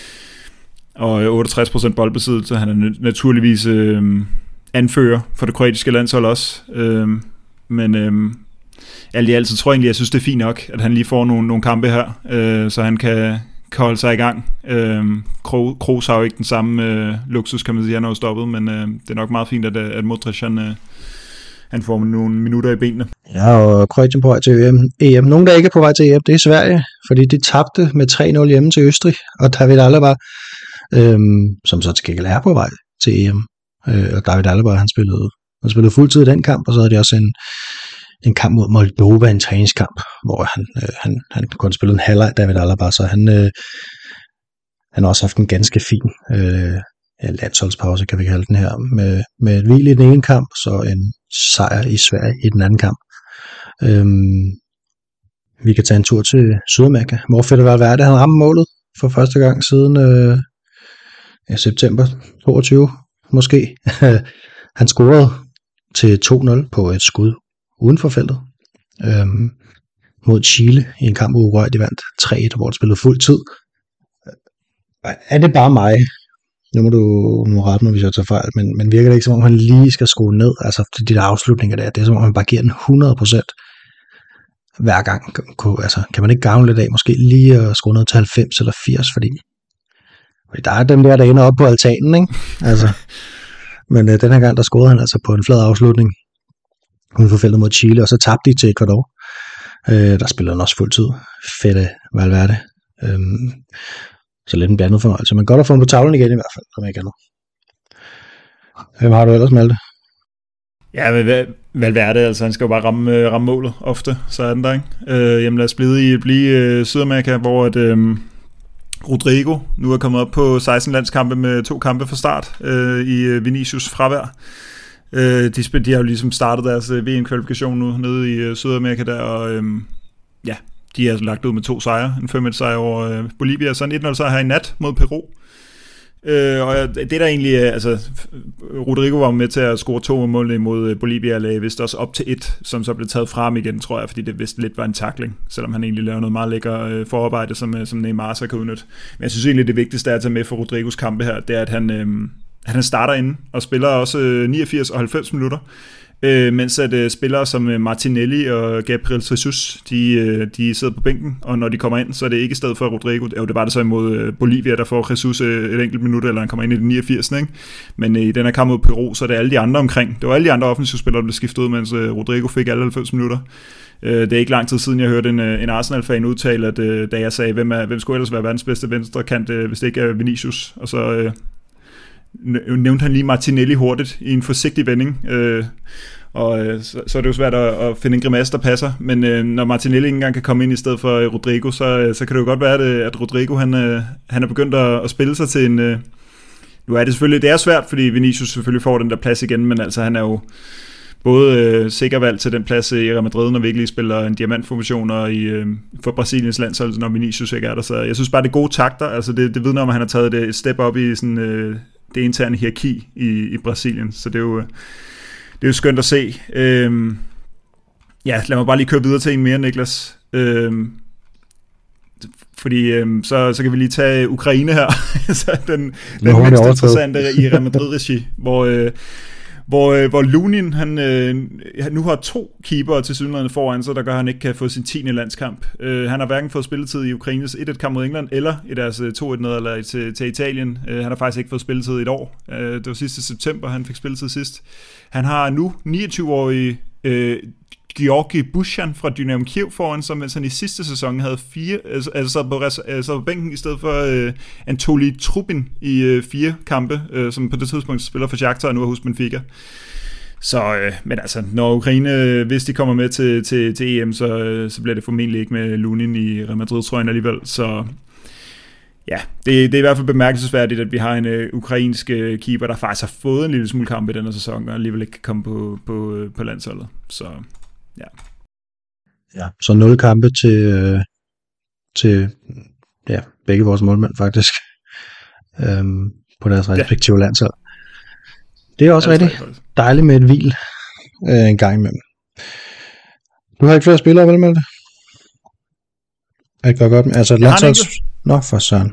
og otteogtres procent boldbesiddelse. Han er naturligvis øh, anfører for det kroatiske landshold også. Øh, men øh, alt i alt, så tror jeg egentlig, jeg synes, det er fint nok, at han lige får nogle, nogle kampe her, øh, så han kan, kan holde sig i gang. Øh, Kroos har jo ikke den samme øh, luksus, kan man sige, han er jo stoppet, men øh, det er nok meget fint, at, at Modric han, øh, han får nogle minutter i benene. Ja, og Kroatien på vej til E M. Nogen, der ikke er på vej til E M, det er Sverige, fordi de tabte med tre nul hjemme til Østrig, og David Alaba, Øhm, som så til gengæld er på vej til E M. Øh, og David Alaba, han spillede, han spillede fuldtid i den kamp, og så havde de også en, en kamp mod Moldova, en træningskamp, hvor han, øh, han, han kun spillede en halvleg, David Alaba, så han, øh, han har også haft en ganske fin øh, ja, landsholdspause, kan vi kalde den her, med, med et hvil i den ene kamp, så en sejr i Sverige i den anden kamp. Øhm, vi kan tage en tur til Sydamerika, hvor Fede Valverde, han ramte målet for første gang siden øh, ja, september toogtyve måske. Han scorede til to nul på et skud uden for feltet øhm, mod Chile i en kamp mod Uruguay. De vandt tre et, hvor de spillede fuld tid. Er det bare mig? Nu må du nu rette mig, hvis jeg tager fejl, men, men virker det ikke, som om han lige skal skrue ned? Altså, de der afslutninger der, det er som om han bare giver den hundrede procent hver gang. Altså, kan man ikke gavne lidt af, måske lige at skrue ned til halvfems eller firs, fordi der er dem der, der ender op på altanen, ikke? Altså, men øh, den her gang, der scorede han altså på en flad afslutning uden for feltet mod Chile, og så tabte de til Ecuador. Øh, der spillede han også fuld tid. Fede Valverde. Øhm, så lidt en blandet fornøjelse, men godt at få ham på tavlen igen i hvert fald, som ikke andet. Hvem har du ellers, Malte? Ja, Valverde, altså han skal jo bare ramme, ramme målet ofte, så er den der, ikke? Øh, jamen lad os blive i blive, uh, Sydamerika, hvor et, um, Rodrigo nu er kommet op på seksten landskampe med to kampe fra start uh, i Vinicius fravær. Uh, de, de har jo ligesom startet deres uh, V M-kvalifikation nu nede i uh, Sydamerika der, og um, ja, de er lagt ud med to sejre, en fem et sejr over uh, Bolivia, så en et nul sejr her i nat mod Peru. Øh, og det der egentlig, altså Rodrigo var med til at score to mål imod Bolivia, og lagde vist også op til et, som så blev taget frem igen, tror jeg, fordi det vist lidt var en tackling, selvom han egentlig lavede noget meget lækker øh, forarbejde, som, som Neymar så kan udnytte. Men jeg synes egentlig, det vigtigste er at tage med for Rodrigos kampe her, det er, at han, øh, han starter inde og spiller også øh, niogfirs og halvfems minutter. Øh, mens at øh, spillere som Martinelli og Gabriel Jesus, de, øh, de sidder på bænken, og når de kommer ind, så er det ikke i stedet for Rodrigo. Jo, det var det så imod øh, Bolivia, der får Jesus øh, et enkelt minut, eller han kommer ind i det niogfirs. Ikke? Men øh, i den her kamp mod Peru, så er det alle de andre omkring. Det var alle de andre offensive spillere, der blev skiftet ud, mens øh, Rodrigo fik alle halvfems minutter. Øh, det er ikke lang tid siden, jeg hørte en, en Arsenal-fan udtale, at øh, da jeg sagde, hvem, er, hvem skulle ellers være verdens bedste venstrekant, øh, hvis det ikke er Vinicius, og så øh, nævnte han lige Martinelli hurtigt i en forsigtig vending. Øh, og øh, så, så er det jo svært at, at finde en grimasse, der passer, men øh, når Martinelli ikke engang kan komme ind i stedet for øh, Rodrigo, så, øh, så kan det jo godt være, at, at Rodrigo han, øh, han er begyndt at, at spille sig til en... Øh, nu er det selvfølgelig, det er svært, fordi Vinicius selvfølgelig får den der plads igen, men altså han er jo både øh, sikker valg til den plads i Real Madrid, når vi ikke lige spiller en diamantformation, og i, øh, for Brasiliens landshold, når Vinicius ikke er der, så jeg synes bare, det er gode takter, altså det, det vidner om, at han har taget det et step op i sådan, øh, det interne hierarki i, i Brasilien, så det er jo... Øh, Det er jo skønt at se. Øhm, ja, lad mig bare lige køre videre til en mere, Niklas. Øhm, fordi øhm, så, så kan vi lige tage Ukraine her. så den den Nå, mindst interessante i Real Madrid-regi, hvor, øh, hvor, øh, hvor Lunin, han øh, nu har to keepere til synligheden foran sig, der gør, at han ikke kan få sin tiende landskamp. Øh, han har hverken fået spilletid i Ukraines et et kamp mod England, eller i deres to et nederlag til, til Italien. Øh, han har faktisk ikke fået spilletid i et år. Øh, det var sidste september, han fik spilletid sidst. Han har nu niogtyve-årige øh, Georgi Bushan fra Dynamo Kiev foran sig, mens han i sidste sæson havde fire, altså, altså sad, på, altså på bænken i stedet for øh, Anatoli Trubin i øh, fire kampe, øh, som på det tidspunkt spiller for Shakhtar og nu er hos Benfica. Så, øh, men altså, når Ukraine, hvis de kommer med til, til, til E M, så, øh, så bliver det formentlig ikke med Lunin i Real Madrid-trøjen alligevel, så... Ja, det, det er i hvert fald bemærkelsesværdigt, at vi har en øh, ukrainsk øh, keeper, der faktisk har fået en lille smule kamp i denne sæson, og alligevel ikke kan komme på, på, på landsholdet. Så ja. Ja, så nul kampe til, øh, til ja, begge vores målmænd faktisk, øhm, på deres respektive ja. landshold. Det er også ja, rigtig dejligt med et hvil øh, en gang imellem. Du har ikke flere spillere, vel, Malte? Det går godt med. Altså et landsholds... Nå, for søren.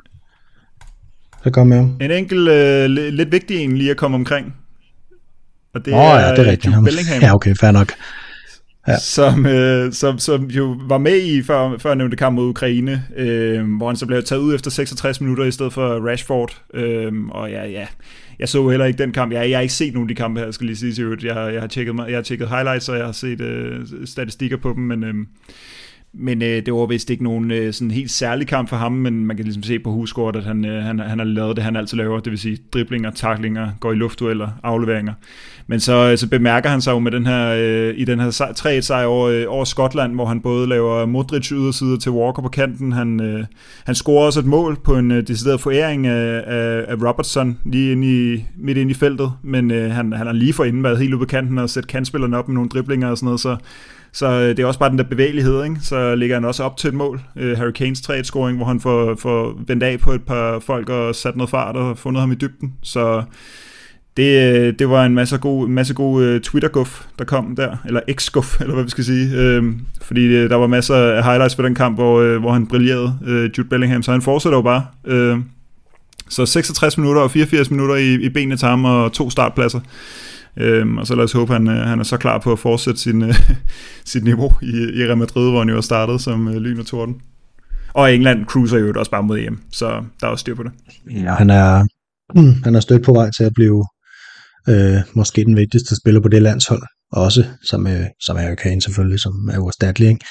Så kom med om. En enkelt, øh, lidt vigtig en lige at komme omkring. Og det Åh, er, ja, det er rigtigt. Jude Bellingham. Ja, okay, fair nok. Ja. Som, øh, som, som jo var med i før, før nævnte kamp mod Ukraine, øh, hvor han så blev taget ud efter seksogtres minutter i stedet for Rashford. Øh, og ja, ja, jeg så heller ikke den kamp. Jeg, jeg har ikke set nogen af de kampe her, skal lige sige til øvrigt. Jeg, jeg har tjekket, jeg har tjekket highlights, og jeg har set øh, statistikker på dem, men... Øh, Men øh, det var vist ikke nogen øh, sådan helt særlig kamp for ham, men man kan ligesom se på huskortet, at han, øh, han, han har lavet det, han altid laver, det vil sige driblinger, tacklinger, går i luftdueller, afleveringer. Men så, øh, så bemærker han sig jo med den her, øh, i den her tre et sejr over, øh, over Skotland, hvor han både laver Modric yderside til Walker på kanten, han, øh, han scorer også et mål på en øh, decideret foræring af, af, af Robertson lige inde i, midt inde i feltet, men øh, han, han har lige forinden været helt ude på kanten og sætte kantspillerne op med nogle driblinger og sådan noget, så Så det er også bare den der bevægelighed, ikke? Så ligger han også op til et mål. Uh, Harry Kanes tre et scoring, hvor han får, får vendt af på et par folk og sat noget fart og fundet ham i dybden. Så det, det var en masse god, masse god uh, Twitter-guff, der kom der. Eller X-guff, eller hvad vi skal sige. Uh, fordi uh, der var masser af highlights på den kamp, hvor, uh, hvor han brillerede, uh, Jude Bellingham. Så han fortsætter jo bare. Uh, så seksogtres minutter og fireogfirs minutter i, i benene til ham og to startpladser. Øhm, og så lad os håbe, at han, han er så klar på at fortsætte sin, øh, sit niveau i, i Real Madrid, hvor han jo har startet som øh, lyn og torden. Og England cruiser jo også bare mod E M, så der er også styr på det. Ja, han er, mm, han er stødt på vej til at blive øh, måske den vigtigste spiller på det landshold, også som, øh, som Harry Kane selvfølgelig, som er uerstattelig, ikke?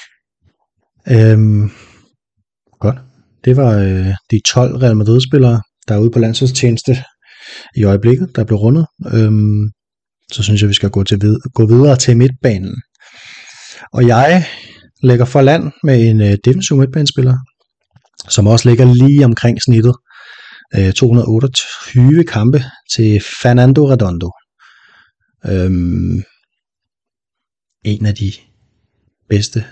Øhm, godt. Det var øh, de tolv Real Madrid-spillere, der er ude på landsholdstjeneste i øjeblikket, der blev rundet. Øhm, så synes jeg, vi skal gå, til vid- gå videre til midtbanen. Og jeg lægger for land med en øh, defensiv midtbanespiller, som også ligger lige omkring snittet. Øh, to hundrede og otteogtyve kampe til Fernando Redondo. Øhm, en af de bedste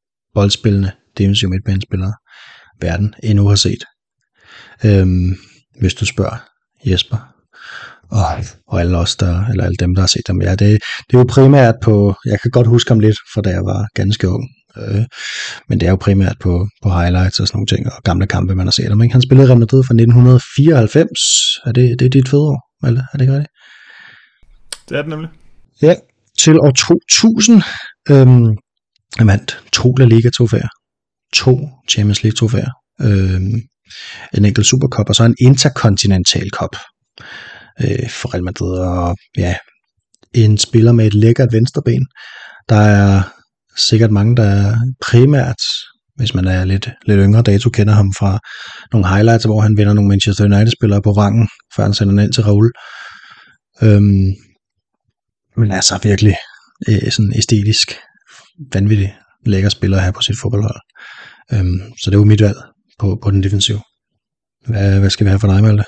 boldspillende defensive midtbanespillere, verden endnu har set. Øhm, hvis du spørger Jesper. Og, og alle os der, eller alle dem, der har set dem. Ja, det, det er jo primært på, jeg kan godt huske ham lidt, fra da jeg var ganske ung. Øh, men det er jo primært på, på highlights og sådan nogle ting, og gamle kampe, man har set ham. Ikke? Han spillede i Real Madrid fra nitten fireoghalvfems. Er det, det er dit fødeår, Malte? Er det ikke rigtigt? Det er det nemlig. Ja, til år to tusind. Øhm, han vandt to La Liga-trofæer. To Champions League-trofæer. Øhm, en enkelt Supercup, og så en Intercontinental Cup øh, for Real Madrid. Og ja, en spiller med et lækkert venstreben. Der er sikkert mange, der primært, hvis man er lidt, lidt yngre dato, kender ham fra nogle highlights, hvor han vinder nogle Manchester United-spillere på rangen, før han sender den ind til Raul. Øhm, men altså virkelig øh, sådan æstetisk, vanvittig lækker spiller her på sit fodboldhold. Øhm, så det var mit valg på, på den defensiv. Hvad, hvad skal vi have for dig, Malte?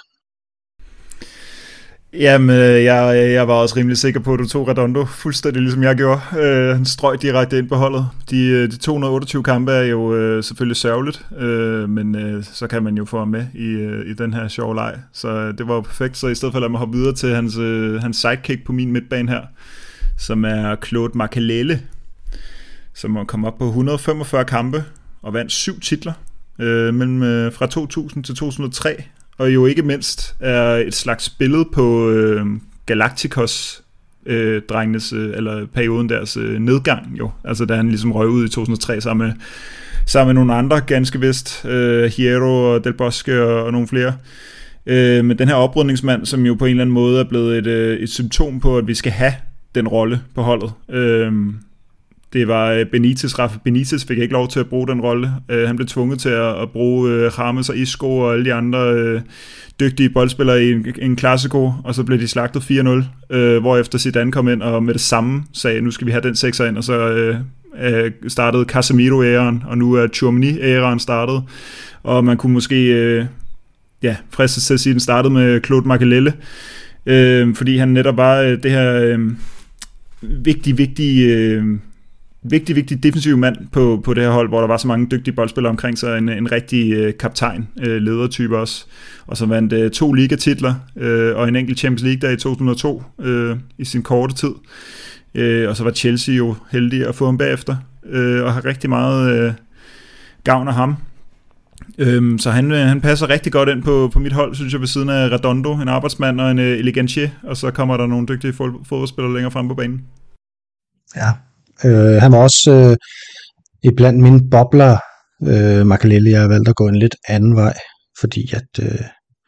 Jamen, jeg, jeg var også rimelig sikker på, at du tog Redondo, fuldstændig ligesom jeg gjorde. Uh, han strøg direkte ind på holdet. De, de to hundrede og otteogtyve kampe er jo uh, selvfølgelig sørgeligt, uh, men uh, så kan man jo få ham med i, uh, i den her sjove leg. Så det var jo perfekt, så i stedet for at lade mig hoppe videre til hans, uh, hans sidekick på min midtbane her, som er Claude Makelele, som kom op på et hundrede og femogfyrre kampe og vandt syv titler uh, mellem, uh, fra to tusind til to tusind og tre. Og jo ikke mindst er et slags billede på øh, Galacticos øh, drengenes, øh, eller perioden deres øh, nedgang jo. Altså da han ligesom røg ud i to tusind og tre sammen med, sammen med nogle andre, ganske vist. Øh, Hierro og Del Bosque og, og nogle flere. Øh, men den her oprydningsmand, som jo på en eller anden måde er blevet et, øh, et symptom på, at vi skal have den rolle på holdet. Øh, Det var Benitez, Rafa Benitez fik ikke lov til at bruge den rolle. Uh, han blev tvunget til at, at bruge uh, James og Isco og alle de andre uh, dygtige boldspillere i en, en klassiko, og så blev de slagtet fire nul, uh, hvorefter Zidane kom ind og med det samme sagde, nu skal vi have den sekser ind, og så uh, uh, startede Casemiro-æren, og nu er Tchouaméni-æren startet, og man kunne måske, uh, ja, fristes til at sige, at den startede med Claude Makelele, uh, fordi han netop var uh, det her uh, vigtige, vigtige... Uh, Vigtig, vigtig defensiv mand på, på det her hold, hvor der var så mange dygtige boldspillere omkring sig, en, en rigtig øh, kaptajn, øh, ledertype også, og så vandt øh, to ligatitler øh, og en enkelt Champions League der i to tusind og to øh, i sin korte tid, øh, og så var Chelsea jo heldig at få ham bagefter, øh, og har rigtig meget øh, gavn af ham. Øh, så han, øh, han passer rigtig godt ind på, på mit hold, synes jeg, ved siden af Redondo, en arbejdsmand og en øh, elegantier, og så kommer der nogle dygtige fodboldspillere længere frem på banen. Ja. Øh, han var også øh, i blandt mine bobler, øh, Makelele. Jeg har valgt at gå en lidt anden vej, fordi at øh,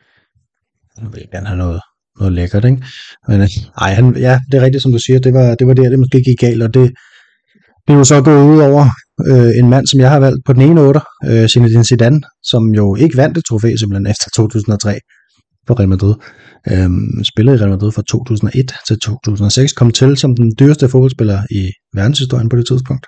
han vil gerne have noget, noget lækkert, ikke? Men øh, ej, han, ja, det er rigtigt, som du siger, det var, det var der, det måske gik galt, og det, det er jo så gået ud over øh, en mand, som jeg har valgt på den ene otter, øh, Zinedine Zidane, som jo ikke vandt et trofæ simpelthen efter to tusind og tre på Real Madrid. Øhm, spillede i Real Madrid fra to tusind og et til to tusind og seks, kom til som den dyreste fodboldspiller i verdenshistorien på det tidspunkt.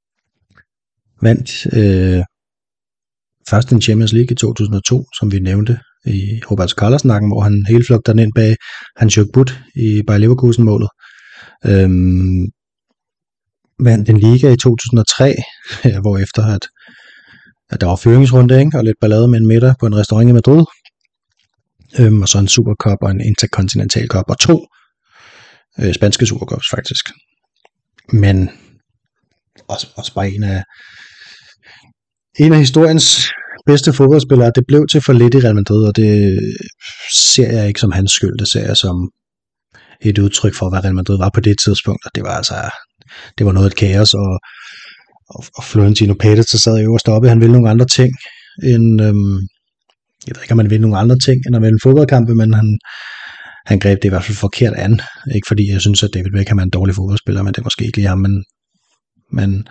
Vandt øh, først en Champions League i to tusind og to, som vi nævnte i Roberto Carlos-nakken, hvor han hele flugter den ind bag Hans-Jørg Butt i Bayer Leverkusen-målet. Øhm, vandt en liga i to tusind og tre, hvor efter at, at der var fyringsrunde, ikke? Og lidt ballade med en middag på en restaurant i Madrid. Øhm, og så en Supercup og en Intercontinental Cup og to øh, spanske Supercups faktisk. Men også, også bare en af en af historiens bedste fodboldspillere. Det blev til for lidt i Real Madrid, og det ser jeg ikke som hans skyld. Det ser jeg som et udtryk for, hvad Real Madrid var på det tidspunkt. Og det var altså det var noget et kaos, og, og, og Florentino Pérez så sad øverst oppe. Han ville nogle andre ting end øhm, jeg ved ikke, om man vil nogle andre ting, end at vinde fodboldkampe, men han, han greb det i hvert fald forkert an. Ikke fordi jeg synes, at David Beckham er en dårlig fodboldspiller, men det er måske ikke lige ham, men, men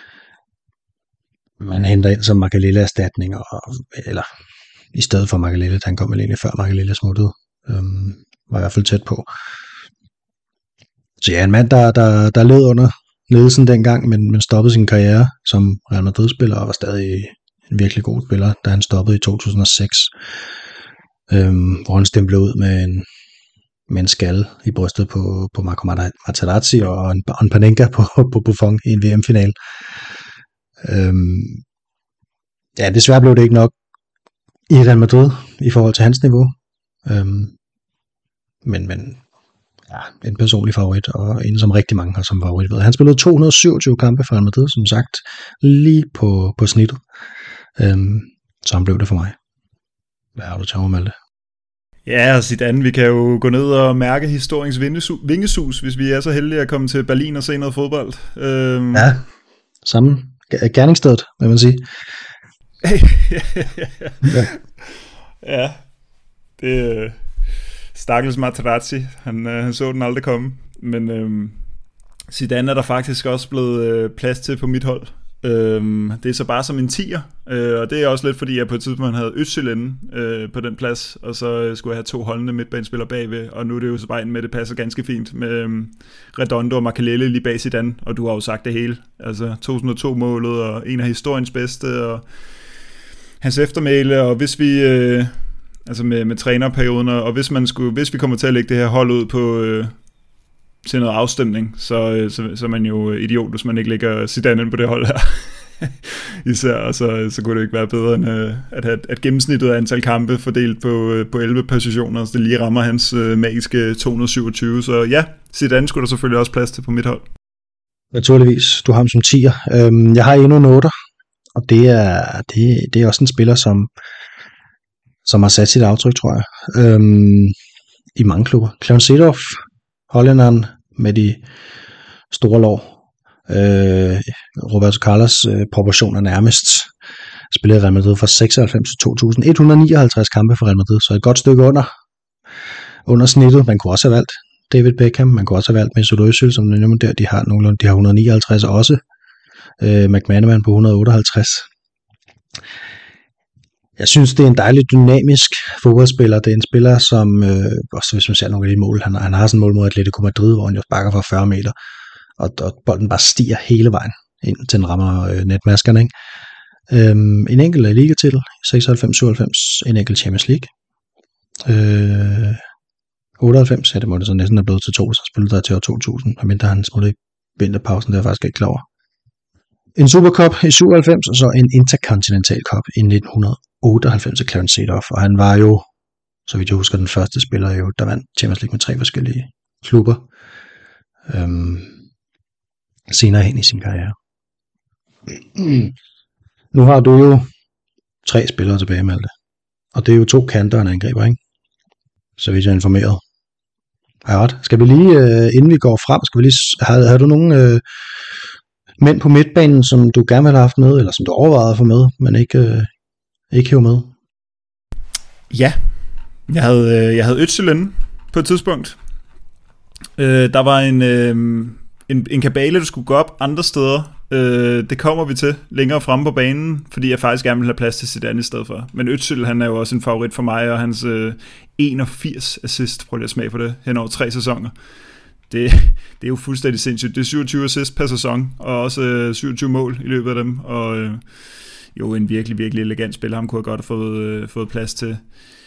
man henter ind som Makelele-erstatning, og, eller i stedet for Makelele, han kom vel egentlig før Makelele smuttede, øhm, var i hvert fald tæt på. Så ja, en mand, der, der, der led under ledelsen dengang, men, men stoppede sin karriere som Real Madrid-spiller, og var stadig en virkelig god spiller, da han stoppede i to tusind og seks, øhm, hvor han stemplede ud med en, med en skalle i brystet på, på Marco Materazzi og en, en Panenka på, på Buffon i en V M-final. Øhm, ja, desværre blev det ikke nok i Real Madrid i forhold til hans niveau. Øhm, men, men ja, en personlig favorit, og en som rigtig mange har som favorit. Han spillede to hundrede og syvogtyve kampe for Real Madrid, som sagt, lige på, på snittet. Øhm, så han blev det for mig. Hvad har du til at det? Ja, og Zidane, vi kan jo gå ned og mærke historiens vingesus, hvis vi er så heldige at komme til Berlin og se noget fodbold. Øhm... Ja, samme gerningsstedet, vil man sige. ja. ja, det stakkels Materazzi, han, han så den aldrig komme, men øhm, Zidane er der faktisk også blevet øh, plads til på mit hold. Øhm, det er så bare som en tier, øh, og det er også lidt fordi jeg på et tidspunkt havde Özil inde øh, på den plads, og så øh, skulle jeg have to holdende midtbanespillere bagved, og nu er det jo så bare en med, det passer ganske fint med øh, Redondo og Makelele lige bag Zidane, og du har jo sagt det hele, altså to tusind og to målet og en af historiens bedste, og hans eftermæle, og hvis vi øh, altså med, med trænerperioden, og hvis man skulle, hvis vi kommer til at lægge det her hold ud på øh, til noget afstemning, så, så, så er man jo idiot, hvis man ikke lægger Zidane på det hold her. Især, og så, så kunne det ikke være bedre end at, at, at gennemsnittet af antal kampe fordelt på, på elleve positioner, så det lige rammer hans magiske to hundrede og syvogtyve. Så ja, Zidane skulle der selvfølgelig også plads til på mit hold. Naturligvis, du har ham som tier. Jeg har endnu en otter, og det er, det, det er også en spiller, som, som har sat sit aftryk, tror jeg, øhm, i mange klubber. Clarence Seedorf, hollænderen med de store lår. Øh, Roberto Carlos øh, proportioner nærmest. Spillede Real Madrid fra seksoghalvfems til to tusind. et hundrede og nioghalvtreds kampe for Real Madrid, så et godt stykke under, under snittet. Man kunne også have valgt David Beckham, man kunne også have valgt Mesut Özil, som det nummer der. De har nogenlunde, de har et hundrede og nioghalvtreds også. Øh, McManaman på et hundrede og otteoghalvtreds. Jeg synes, det er en dejlig dynamisk fodboldspiller. Det er en spiller, som, øh, også hvis man ser nogle af de mål, han, han har sådan en mål mod Atletico Madrid, hvor han jo sparker fra fyrre meter, og, og bolden bare stiger hele vejen ind til den rammer øh, netmaskerne. Ikke? Øhm, en enkelt ligatitel, seksoghalvfems syvoghalvfems, en enkelt Champions League. Øh, otteoghalvfems, ja, det må det så næsten have blevet til to, så spillede der til år to tusind, og mindre han smuttede i vinterpausen, det er jeg faktisk ikke klar over. En Supercup i syvoghalvfems, og så en Intercontinental Cup i nitten otteoghalvfems af Clarence Seedorf, og han var jo, så vidt jeg husker, den første spiller, jo, der vandt Champions League med tre forskellige klubber, øhm, senere hen i sin karriere. Nu har du jo tre spillere tilbage, Malte, og det er jo to kanter og en angriber, ikke? Så vidt jeg er informeret. Ja, ret. Skal vi lige, øh, inden vi går frem, skal vi lige, har, har du nogen øh, mænd på midtbanen, som du gerne ville have haft med, eller som du overvejede at få med, men ikke, øh, ikke hæve med? Ja, jeg havde, jeg havde Özil inde på et tidspunkt. Øh, der var en, øh, en, en kabale, der skulle gå op andre steder. Øh, det kommer vi til længere fremme på banen, fordi jeg faktisk gerne vil have plads til Zidane i stedet for. Men Özil, han er jo også en favorit for mig, og hans øh, enogfirs assist, prøv lige at smage på det, hen over tre sæsoner. Det, det er jo fuldstændig sindssygt. Det er syvogtyve assist per sæson, og også øh, syvogtyve mål i løbet af dem, og øh, jo en virkelig, virkelig elegant spiller, ham kunne jeg godt have fået, øh, fået plads til.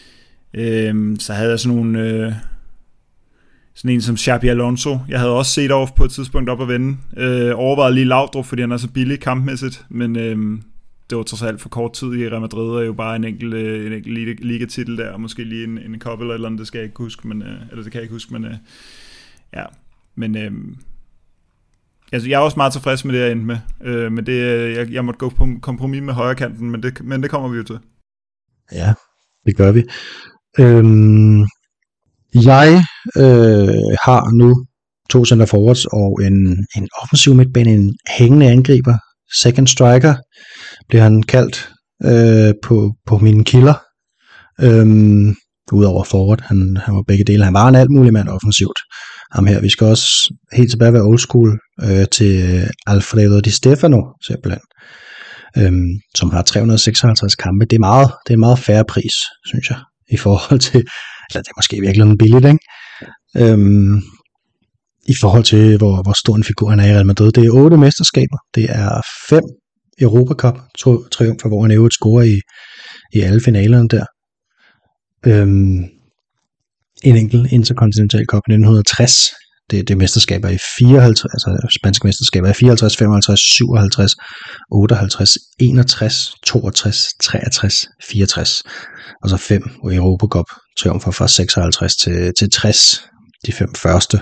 Øh, så havde jeg sådan nogle... Øh, sådan en som Xabi Alonso. Jeg havde også set over på et tidspunkt op at vende. Øh, overvejede lige Laudrup, fordi han er så billig kampmæssigt, men øh, det var trods alt for kort tid i Real Madrid, og jo bare en enkelt, øh, en enkelt liga-titel der, og måske lige en, en cup eller et eller andet, det skal jeg ikke huske, men, øh, eller det kan jeg ikke huske, men øh, ja, men øh, altså, jeg er også meget tilfreds med det, jeg endte med, øh, men det, jeg, jeg måtte gå på kompromis med højre kanten, men det, men det kommer vi jo til. Ja, det gør vi. Øhm, jeg øh, har nu to center forwards og en, en offensiv midtbane, en hængende angriber, second striker, bliver han kaldt øh, på, på mine kilder. Øhm, Udover forward, han, han var begge dele. Han var en alt mulig mand offensivt. Ham her, vi skal også helt tilbage være old school øh, til Alfredo Di Stefano, simpelthen. Øhm, som har tre hundrede og seksoghalvtreds kampe. Det er meget, det er en meget fair pris, synes jeg, i forhold til, eller det er måske virkelig en billigt, ikke? Øhm, i forhold til, hvor, hvor stor en figur han er i Real Madrid. Det er otte mesterskaber, det er fem Europa Cup, to triumfer, hvor han øvrigt scorer i, i alle finalerne der. Øhm, en enkelt Intercontinental Cup i nitten tres, det, det mesterskaber i fireoghalvtreds, altså spanske mesterskaber i fireoghalvtreds, femoghalvtreds, syvoghalvtreds, otteoghalvtreds, enogtres, toogtres, treogtres, fireogtres, og så fem i Europa Cup triumfer fra seksoghalvtreds til, til tres, de fem første.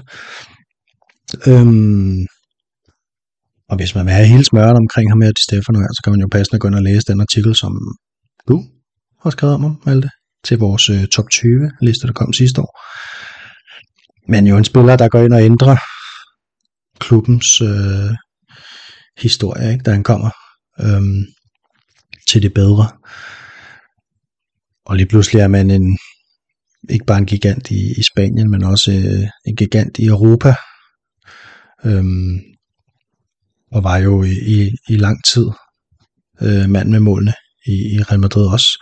Øhm, og hvis man vil have hele smøren omkring ham her, Di Stefano her, så kan man jo passende gå ind og læse den artikel, som du har skrevet om ham, Malte, til vores øh, top tyve liste, der kom sidste år. Men jo en spiller, der går ind og ændrer klubbens øh, historie, ikke, da han kommer øhm, til det bedre. Og lige pludselig er man en, ikke bare en gigant i, i Spanien, men også øh, en gigant i Europa. Øhm, og var jo i, i, i lang tid øh, mand med målene i, i Real Madrid også.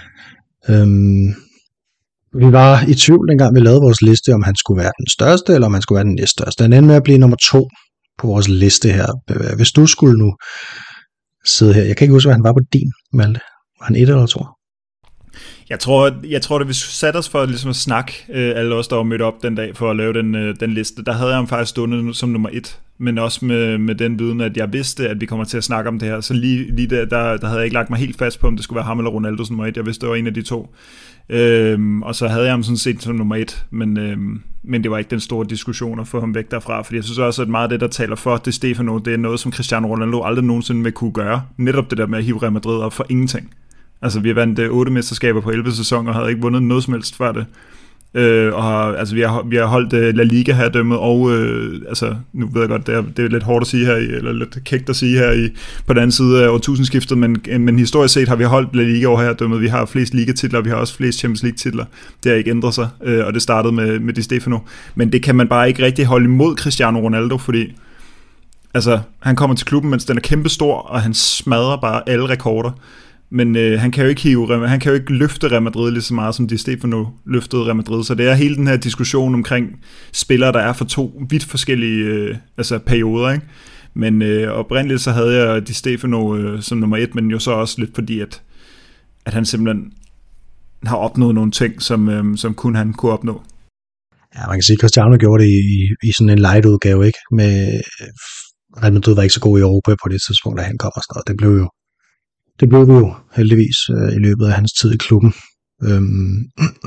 Øhm, vi var i tvivl, dengang vi lavede vores liste, om han skulle være den største, eller om han skulle være den næststørste. Han endte med at blive nummer to på vores liste her. Hvis du skulle nu sidde her, jeg kan ikke huske, hvad han var på din, Malte. Var han et eller to? Jeg tror, jeg tror at vi satte os for ligesom at snakke, øh, alle os, der var mødt op den dag for at lave den, øh, den liste, der havde jeg ham faktisk stående som nummer et, men også med, med den viden, at jeg vidste, at vi kommer til at snakke om det her, så lige, lige der, der, der havde jeg ikke lagt mig helt fast på, om det skulle være ham eller Ronaldo som nummer et. Jeg vidste, det var en af de to. Øhm, og så havde jeg ham sådan set som nummer et, men, øhm, men det var ikke den store diskussion at få ham væk derfra, fordi jeg synes også, at meget af det, der taler for Di Stefano, det er noget, som Cristiano Ronaldo aldrig nogensinde vil kunne gøre. Netop det der med at hive Real Madrid op for ingenting. Altså, vi har vandt otte mesterskaber på elleve sæsoner, og havde ikke vundet noget som helst før det. Øh, og har, altså, vi har, vi har holdt uh, La Liga her dømmet, og øh, altså, nu ved jeg godt, det er, det er lidt hårdt at sige her, i, eller lidt kægt at sige her i, på den anden side af årtusindskiftet, men, men historisk set har vi holdt La Liga over her dømmet. Vi har flest ligatitler, vi har også flest Champions League titler. Det har ikke ændret sig, øh, og det startede med, med Di Stefano. Men det kan man bare ikke rigtig holde imod Cristiano Ronaldo, fordi altså, han kommer til klubben, mens den er kæmpestor, og han smadrer bare alle rekorder. Men øh, han kan jo ikke hive, han kan jo ikke løfte Real Madrid lige så meget, som Di Stefano løftede Real Madrid. Så det er hele den her diskussion omkring spillere, der er for to vidt forskellige øh, altså perioder, ikke? Men øh, oprindeligt så havde jeg Di Stefano øh, som nummer et, men jo så også lidt fordi, at, at han simpelthen har opnået nogle ting, som, øh, som kun han kunne opnå. Ja, man kan sige, at Cristiano gjorde det i, i sådan en light udgave, ikke? Med Real Madrid var ikke så god i Europa på det tidspunkt, da han kom og sådan noget. Det blev jo Det blev vi jo heldigvis øh, i løbet af hans tid i klubben. Øhm,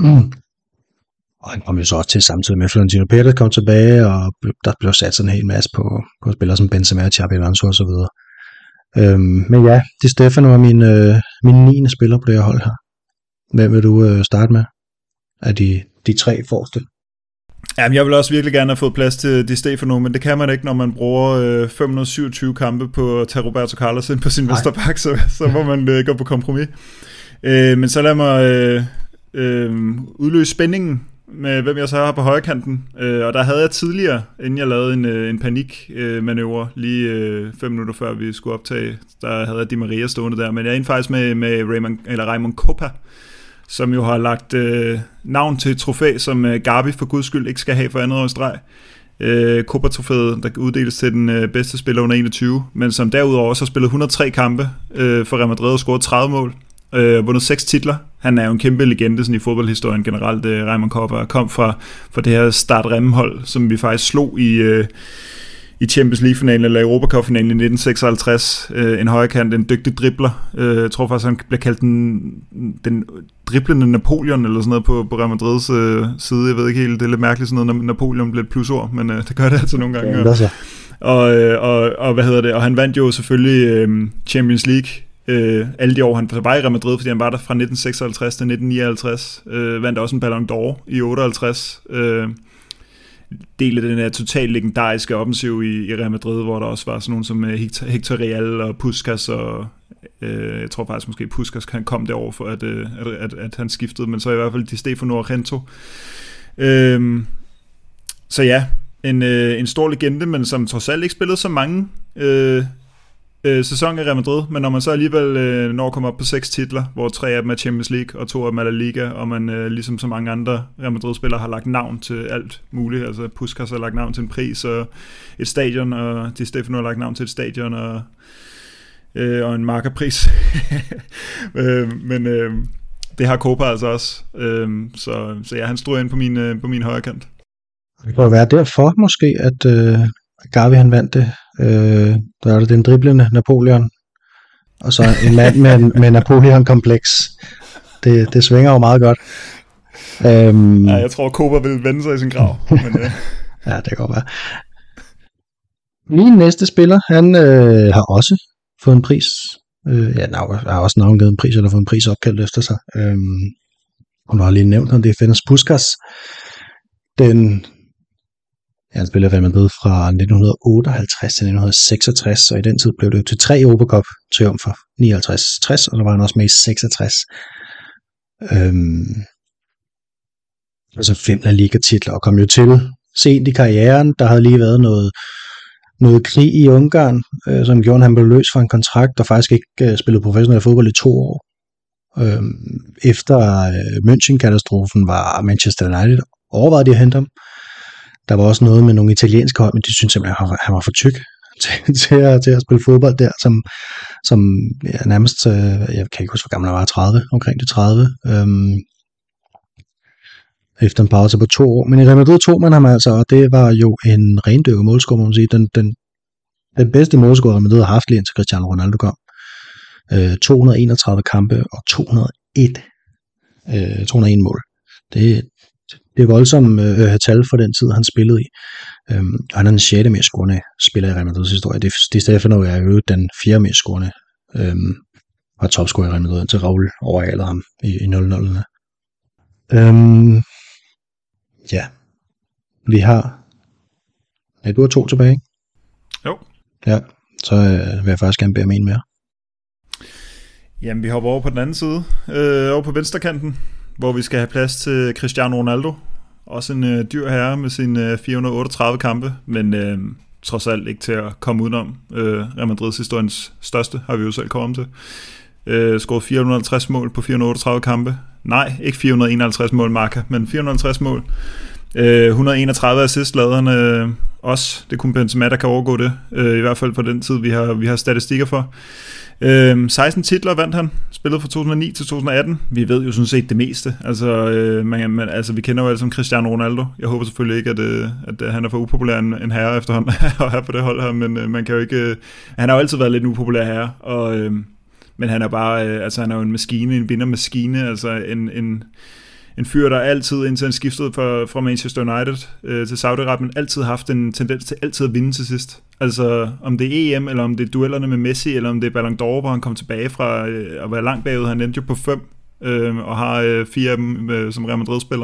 og han kom jo så også til samtidig med, at Florentino Pérez kom tilbage, og der blev sat sådan en hel masse på, på spillere som Benzema, Xabi Alonso og så videre. Øhm, men ja, Di Stefano er min, øh, min niende spiller på det her hold her. Hvem vil du øh, starte med af de, de tre forreste? Jamen, jeg vil også virkelig gerne have fået plads til Di Stefano, men det kan man ikke, når man bruger øh, fem hundrede og syvogtyve kampe på at tage Roberto Carlos ind på sin venstreback, så, så må man øh, gå på kompromis. Øh, men så lad mig øh, øh, udløse spændingen med, hvem jeg så har på højre kanten. Øh, og der havde jeg tidligere, inden jeg lavede en, øh, en panikmanøvre, øh, lige øh, fem minutter før vi skulle optage, der havde jeg Di Maria stående der, men jeg er inde faktisk med, med Raymond, eller Raymond Kopa, som jo har lagt øh, navn til et trofæ, som øh, Gabi for guds skyld ikke skal have for andet år i streg. Øh, Copa-trofæet, der uddeles til den øh, bedste spiller under enogtyve, men som derudover også har spillet et hundrede og tre kampe øh, for Real Madrid og scoret tredive mål. Øh, vundet seks titler. Han er jo en kæmpe legende sådan i fodboldhistorien generelt. Øh, Raymond Kopa kom fra, fra det her Start Rem-hold, som vi faktisk slog i... Øh, i Champions League-finalen eller Europa Cup-finalen i nitten seksoghalvtreds. Øh, en højrekant, en dygtig dribler. Øh, jeg tror faktisk, han bliver kaldt den, den driblende Napoleon eller sådan noget på, på Real Madrids øh, side. Jeg ved ikke helt, det er lidt mærkeligt sådan noget, når Napoleon bliver et plusord, men øh, det gør det altså nogle gange. Ja, det og, øh, og, og hvad hedder det? Og han vandt jo selvfølgelig øh, Champions League øh, alle de år, han var i Real Madrid, fordi han var der fra nitten seksoghalvtreds til nitten nioghalvtreds. Øh, vandt også en Ballon d'Or i otteoghalvtreds. Øh, del af den her totalt legendariske offensiv i, i Real Madrid, hvor der også var sådan nogen som Hector, Hector Real og Puskas, og øh, jeg tror faktisk måske Puskas kan komme derover for, at, øh, at, at, at han skiftede, men så i hvert fald Di Stefano og Gento. Øh, så ja, en, øh, en stor legende, men som trods alt ikke spillede så mange øh, øh, sæsoner i Real Madrid, men når man så alligevel øh, når at komme op på seks titler, hvor tre af dem er Champions League, og to af dem er La Liga, og man øh, ligesom så mange andre Real Madrid-spillere har lagt navn til alt muligt, altså Puskas har lagt navn til en pris og et stadion, og Di Stefano har lagt navn til et stadion og, øh, og en markerpris. øh, men øh, det har Copa altså også, øh, så, så ja, han stod ind på min, øh, på min højre kant. Det kan være derfor måske, at øh, Gavi han vandt det. Øh, der er det den driblende Napoleon, og så en mand med, med Napoleon-kompleks. Det, det svinger jo meget godt. Øhm, ja, jeg tror, Kober vil vende sig i sin grav. Men, øh. Ja, det kan godt være. Min næste spiller, han øh, har også fået en pris. Øh, ja, nav, har også navngivet en pris, eller fået en pris opkaldt efter sig. Øhm, og nu har lige nævnt ham, det er Ferenc Puskás. Den, ja, han spillede Real Madrid fra nitten otteoghalvtreds til nitten seksogtres, og i den tid blev det til tre Europacup triumfer, nioghalvtreds tres, og der var han også med i seksogtres. Øhm, altså fem La Liga-titler, og kom jo til sent i karrieren. Der havde lige været noget, noget krig i Ungarn, øh, som gjorde, at han blev løs fra en kontrakt, og faktisk ikke øh, spillede professionel fodbold i to år. Øhm, efter øh, München-katastrofen var Manchester United overvejet de at hente ham. Der var også noget med nogle italienske hold, men de syntes simpelthen, at han var for tyk til, til, at, til at spille fodbold der, som, som ja, nærmest, øh, jeg kan ikke huske, hvor gammel han var, tredive, omkring de tredive. Øhm, efter en pause på to år. Men i Real Madrid tog man ham altså, og det var jo en rendyrket målscorer, må man sige. Den, den, den bedste målscorer, Real Madrid har haft lige indtil Cristiano Ronaldo kom. Øh, to hundrede og enogtredive kampe og to hundrede og en, øh, to hundrede og en mål. Det, det er voldsomt øh, tal for den tid, han spillede i. Øhm, og han er den sjette mest scorende spiller i Real Madrids historie. Det, Di Stefano er jo den fjerde mest scorende, øhm, var topscorer i Real Madrid, indtil Raul overhalede ham i, i nul nullerne. Øhm, ja, vi har, ja, du har to tilbage, ikke? Jo. Ja, så øh, vil jeg faktisk gerne bede om en mere. Jamen, vi hopper over på den anden side, øh, over på venstrekanten, hvor vi skal have plads til Cristiano Ronaldo. Også en øh, dyr herre med sine øh, fire hundrede og otteogtredive kampe, men øh, trods alt ikke til at komme udenom. Øh, Real Madrids historiens største, har vi jo selv kommet til. Øh, scoret fire hundrede og halvtreds mål på fire hundrede og otteogtredive kampe. Nej, ikke fire hundrede og enoghalvtreds mål, Marca, men fire hundrede og halvtreds mål. Øh, et hundrede og enogtredive assist lavede han øh, også. Det kunne Benzema, der kan overgå det. Øh, I hvert fald på den tid, vi har, vi har statistikker for. Øh, seksten titler vandt han, spillede fra to tusind og ni til to tusind og atten. Vi ved jo sådan set det meste. Altså, øh, man, man, altså vi kender jo alle som Cristiano Ronaldo. Jeg håber selvfølgelig ikke, at, øh, at han er for upopulær en, en herre efterhånden at have på det hold her, men øh, man kan jo ikke... Øh, han har jo altid været lidt en upopulær herre, og, øh, men han er bare... Øh, altså han er jo en maskine, en vindermaskine, altså en... en En fyr, der altid, indtil han skiftede fra, fra Manchester United øh, til Saudi-Arabien, altid haft en tendens til altid at vinde til sidst. Altså om det er E M, eller om det er duellerne med Messi, eller om det er Ballon d'Or, hvor han kom tilbage fra øh, at være langt bagud. Han endte jo på fem, øh, og har øh, fire af dem øh, som Real Madrid-spiller.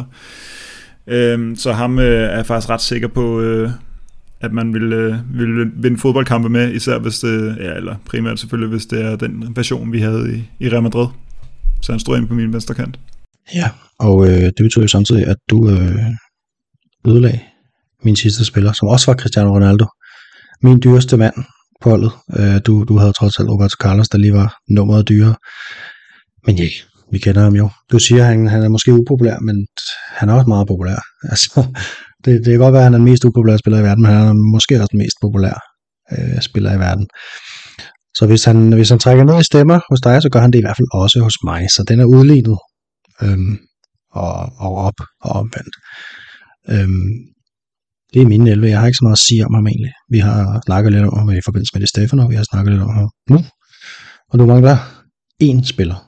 Øh, så ham øh, er jeg faktisk ret sikker på, øh, at man vil, øh, vil vinde fodboldkampe med, især hvis det, ja, eller primært selvfølgelig, hvis det er den version, vi havde i, i Real Madrid. Så han står ind på min venstre kant. Ja, og øh, det betyder jo samtidig, at du øh, ødelagde min sidste spiller, som også var Cristiano Ronaldo. Min dyreste mand på holdet. Øh, du, du havde trods alt Roberto Carlos, der lige var nummeret dyre. Men ja, vi kender ham jo. Du siger, at han, han er måske upopulær, men han er også meget populær. Altså, det, det kan godt være, at han er den mest upopulære spiller i verden, men han er måske også den mest populære øh, spiller i verden. Så hvis han, hvis han trækker ned i stemmer hos dig, så gør han det i hvert fald også hos mig. Så den er udlignet. Øhm, og, og op og omvendt. Øhm, det er mine elleve. Jeg har ikke så meget at sige om ham egentlig. Vi har snakket lidt om ham i forbindelse med Di Stefano, vi har snakket lidt om ham nu. Og du mangler én spiller.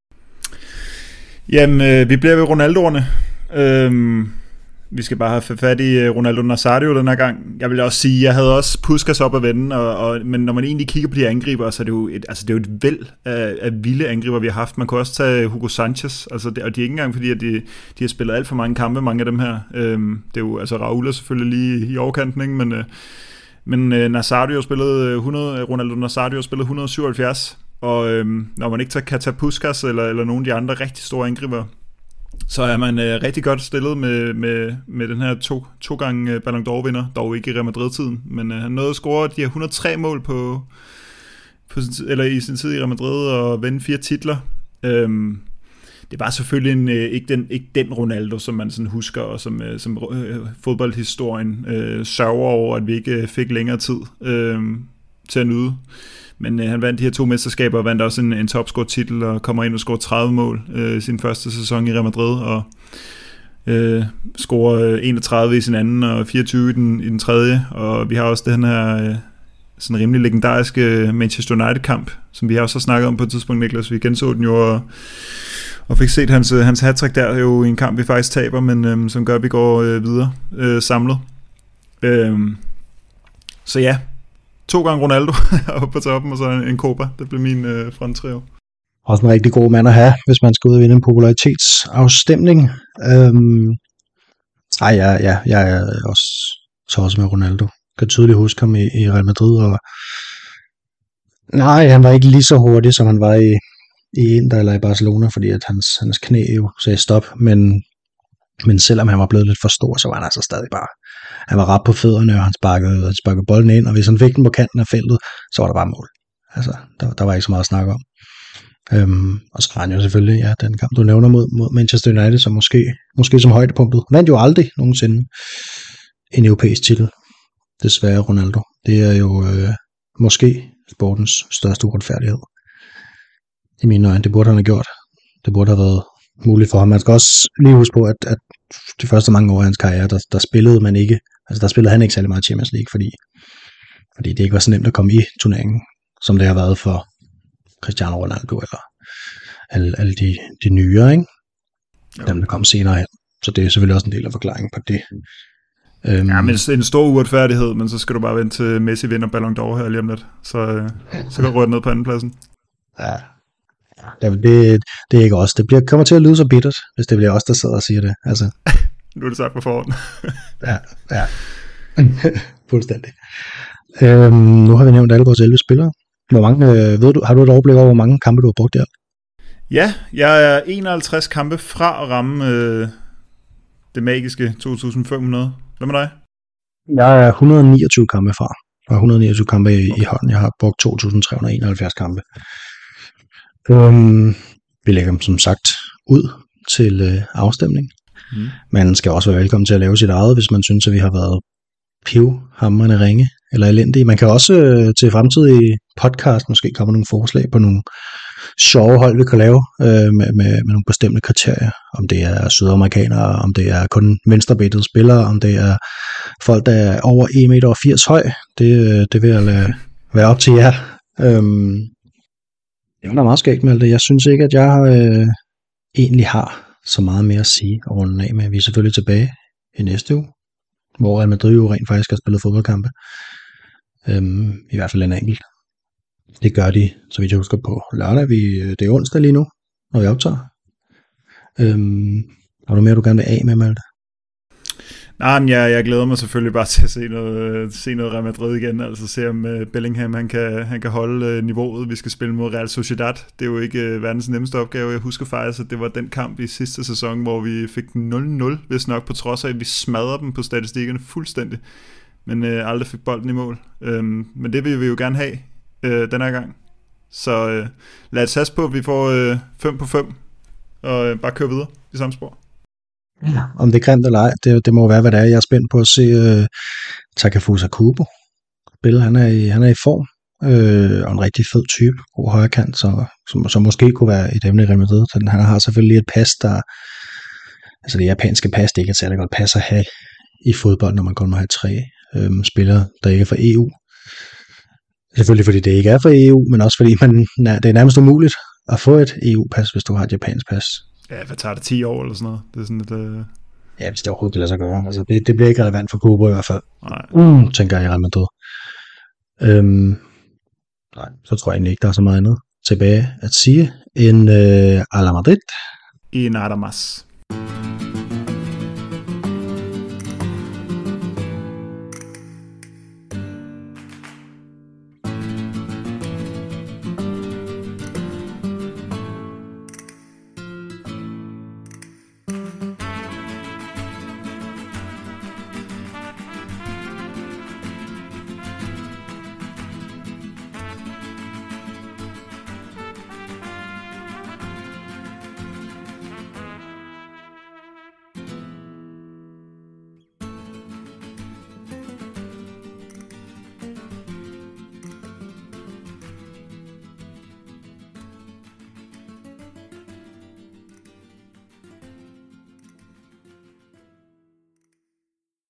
Jamen, øh, vi bliver ved Ronaldoerne. Øhm, vi skal bare have fat i Ronaldo Nazario den her gang. Jeg vil også sige, jeg havde også Puskás op at vende, og, og, men når man egentlig kigger på de angriber, så er det jo et, altså det er jo et væld af, af vilde angriber, vi har haft. Man kunne også tage Hugo Sanchez, altså det, og de er ikke engang fordi, at de, de har spillet alt for mange kampe, mange af dem her. Øhm, det er jo, altså Raul er selvfølgelig lige i overkanten, ikke? Men, øh, men øh, Nazario spillede hundrede, Ronaldo Nazario spillede et hundrede og syvoghalvfjerds, og øh, når man ikke kan tage Puskás eller, eller nogle af de andre rigtig store angriber, så er man øh, rigtig godt stillet med, med, med den her to, to gange Ballon d'Or-vinder, dog ikke i Real Madrid-tiden, men øh, han nåede at score de her et hundrede og tre mål på, på sin, eller i sin tid i Real Madrid og vinde fire titler. Øhm, det var selvfølgelig en, øh, ikke, den, ikke den Ronaldo, som man sådan husker, og som, øh, som øh, fodboldhistorien øh, sørger over, at vi ikke fik længere tid øh, til at nyde. Men øh, han vandt de her to mesterskaber og vandt også en, en topscore-titel og kommer ind og scorer tredive mål øh, i sin første sæson i Real Madrid. Og øh, scorer enogtredive i sin anden og fireogtyve i den, i den tredje, og vi har også den her øh, sådan rimelig legendariske Manchester United-kamp, som vi også har snakket om på et tidspunkt, Niklas. Vi genså den jo, og, og fik set hans, hans hat-trick der jo i en kamp, vi faktisk taber, men øh, som gør, at vi går øh, videre øh, samlet. Øh, så ja, to gange Ronaldo oppe på toppen, og så en, en Copa. Det blev min øh, fronttrio. Også en rigtig god mand at have, hvis man skal ud og vinde en popularitetsafstemning. Øhm, ej, ja, ja, jeg er også så også med Ronaldo. Jeg kan tydeligt huske ham i, i Real Madrid, og nej, han var ikke lige så hurtig, som han var i, i Inter eller i Barcelona, fordi at hans, hans knæ jo sagde stop, men, men selvom han var blevet lidt for stor, så var han altså stadig bare, han var ret på fødderne, og han sparkede, han sparkede bolden ind, og hvis han fik den på kanten af feltet, så var der bare mål. Altså, der, der var ikke så meget at snakke om. Øhm, og så var han jo selvfølgelig, ja, den kamp, du nævner mod, mod Manchester United, som måske, måske som højdepunktet. Vandt jo aldrig nogensinde en europæisk titel. Desværre Ronaldo. Det er jo øh, måske sportens største uretfærdighed. I mine øjne, det burde han have gjort. Det burde have været muligt for ham. Man skal også lige huske på, at, at de første mange år af hans karriere, der, der spillede man ikke, altså der spillede han ikke særlig meget Champions League, fordi, fordi det ikke var så nemt at komme i turneringen, som det har været for Cristiano Ronaldo, eller alle, alle de, de nyere, ikke? Dem, der kom senere hen. Så det er selvfølgelig også en del af forklaringen på det. Um, ja, men en stor uretfærdighed, men så skal du bare vente til Messi vinder Ballon d'Or her lige om lidt. Så, øh, så kan du røre ned på andenpladsen. Ja, det, det, det er ikke os. Det bliver, kommer til at lyde så bittert, hvis det bliver os, der sidder og siger det. Altså. Nu er det sagt på forhånd. ja, ja. Fuldstændig. Um, nu har vi nævnt alle vores elleve spillere. Hvor mange, øh, ved du, har du et overblik over, hvor mange kampe du har brugt der? Ja, jeg er enoghalvtreds kampe fra at ramme øh, det magiske to tusind fem hundrede. Hvad med dig? Jeg er et hundrede og niogtyve kampe fra. Jeg har et hundrede og niogtyve kampe i, okay. i hånden. Jeg har brugt to tusind tre hundrede og enoghalvfjerds kampe. Um, vi lægger dem som sagt ud til øh, afstemning. Mm. Man skal også være velkommen til at lave sit eget, hvis man synes, at vi har været pivhamrende ringe eller elendige. Man kan også øh, til fremtidige podcast måske komme nogle forslag på nogle sjove hold, vi kan lave øh, med, med, med nogle bestemte kriterier. Om det er sydamerikanere, om det er kun venstrebettede spillere, om det er folk, der er over en komma firs meter høj. Det, det vil jeg lade være op til jer. Øhm, det er meget skægt med det. Jeg synes ikke, at jeg øh, egentlig har så meget mere at sige og runde af med. Vi er selvfølgelig tilbage i næste uge, hvor Real Madrid jo rent faktisk har spillet fodboldkampe. Øhm, I hvert fald en enkelt. Det gør de, så vidt jeg husker, på lørdag. Vi, det er onsdag lige nu, når vi optager. Øhm, har du mere, du gerne vil af med, Malte? Nej, men jeg, jeg glæder mig selvfølgelig bare til at se noget, se noget Real Madrid igen. Altså se om uh, Bellingham han kan, han kan holde uh, niveauet. Vi skal spille mod Real Sociedad. Det er jo ikke uh, verdens nemmeste opgave. Jeg husker faktisk, at det var den kamp i sidste sæson, hvor vi fik nul nul, hvis nok på trods af, at vi smadrede dem på statistikkerne fuldstændig. Men uh, aldrig fik bolden i mål. Um, men det vil vi jo gerne have uh, den her gang. Så uh, lad os satse på, at vi får uh, fem på fem og uh, bare køre videre i samme spor. Ja. Om det er grimt eller ej, det, det må være, hvad det er. Jeg er spændt på at se uh, Takefusa Kubo. Bill, han er i, han er i form, øh, og en rigtig fed type, god højrekant, så, som, som måske kunne være et emne i Real Madrid. Han har selvfølgelig et pas, der, altså det japanske pas, det ikke er særlig godt pas at have i fodbold, når man kun må have tre øh, spillere, der ikke er fra E U. Selvfølgelig fordi det ikke er fra E U, men også fordi man, det er nærmest umuligt at få et E U-pas, hvis du har et japansk pas. Ja, hvad tager det ti år eller sådan noget? Det er sådan et... Øh... Ja, hvis det overhovedet kan lade sig gøre. Altså, det, det bliver ikke relevant for Kubo i hvert fald. Nej. Mm, tænker jeg i Real Madrid. Øhm, nej, så tror jeg egentlig ikke, der er så meget andet tilbage at sige end øh, a la Madrid. Y nada más.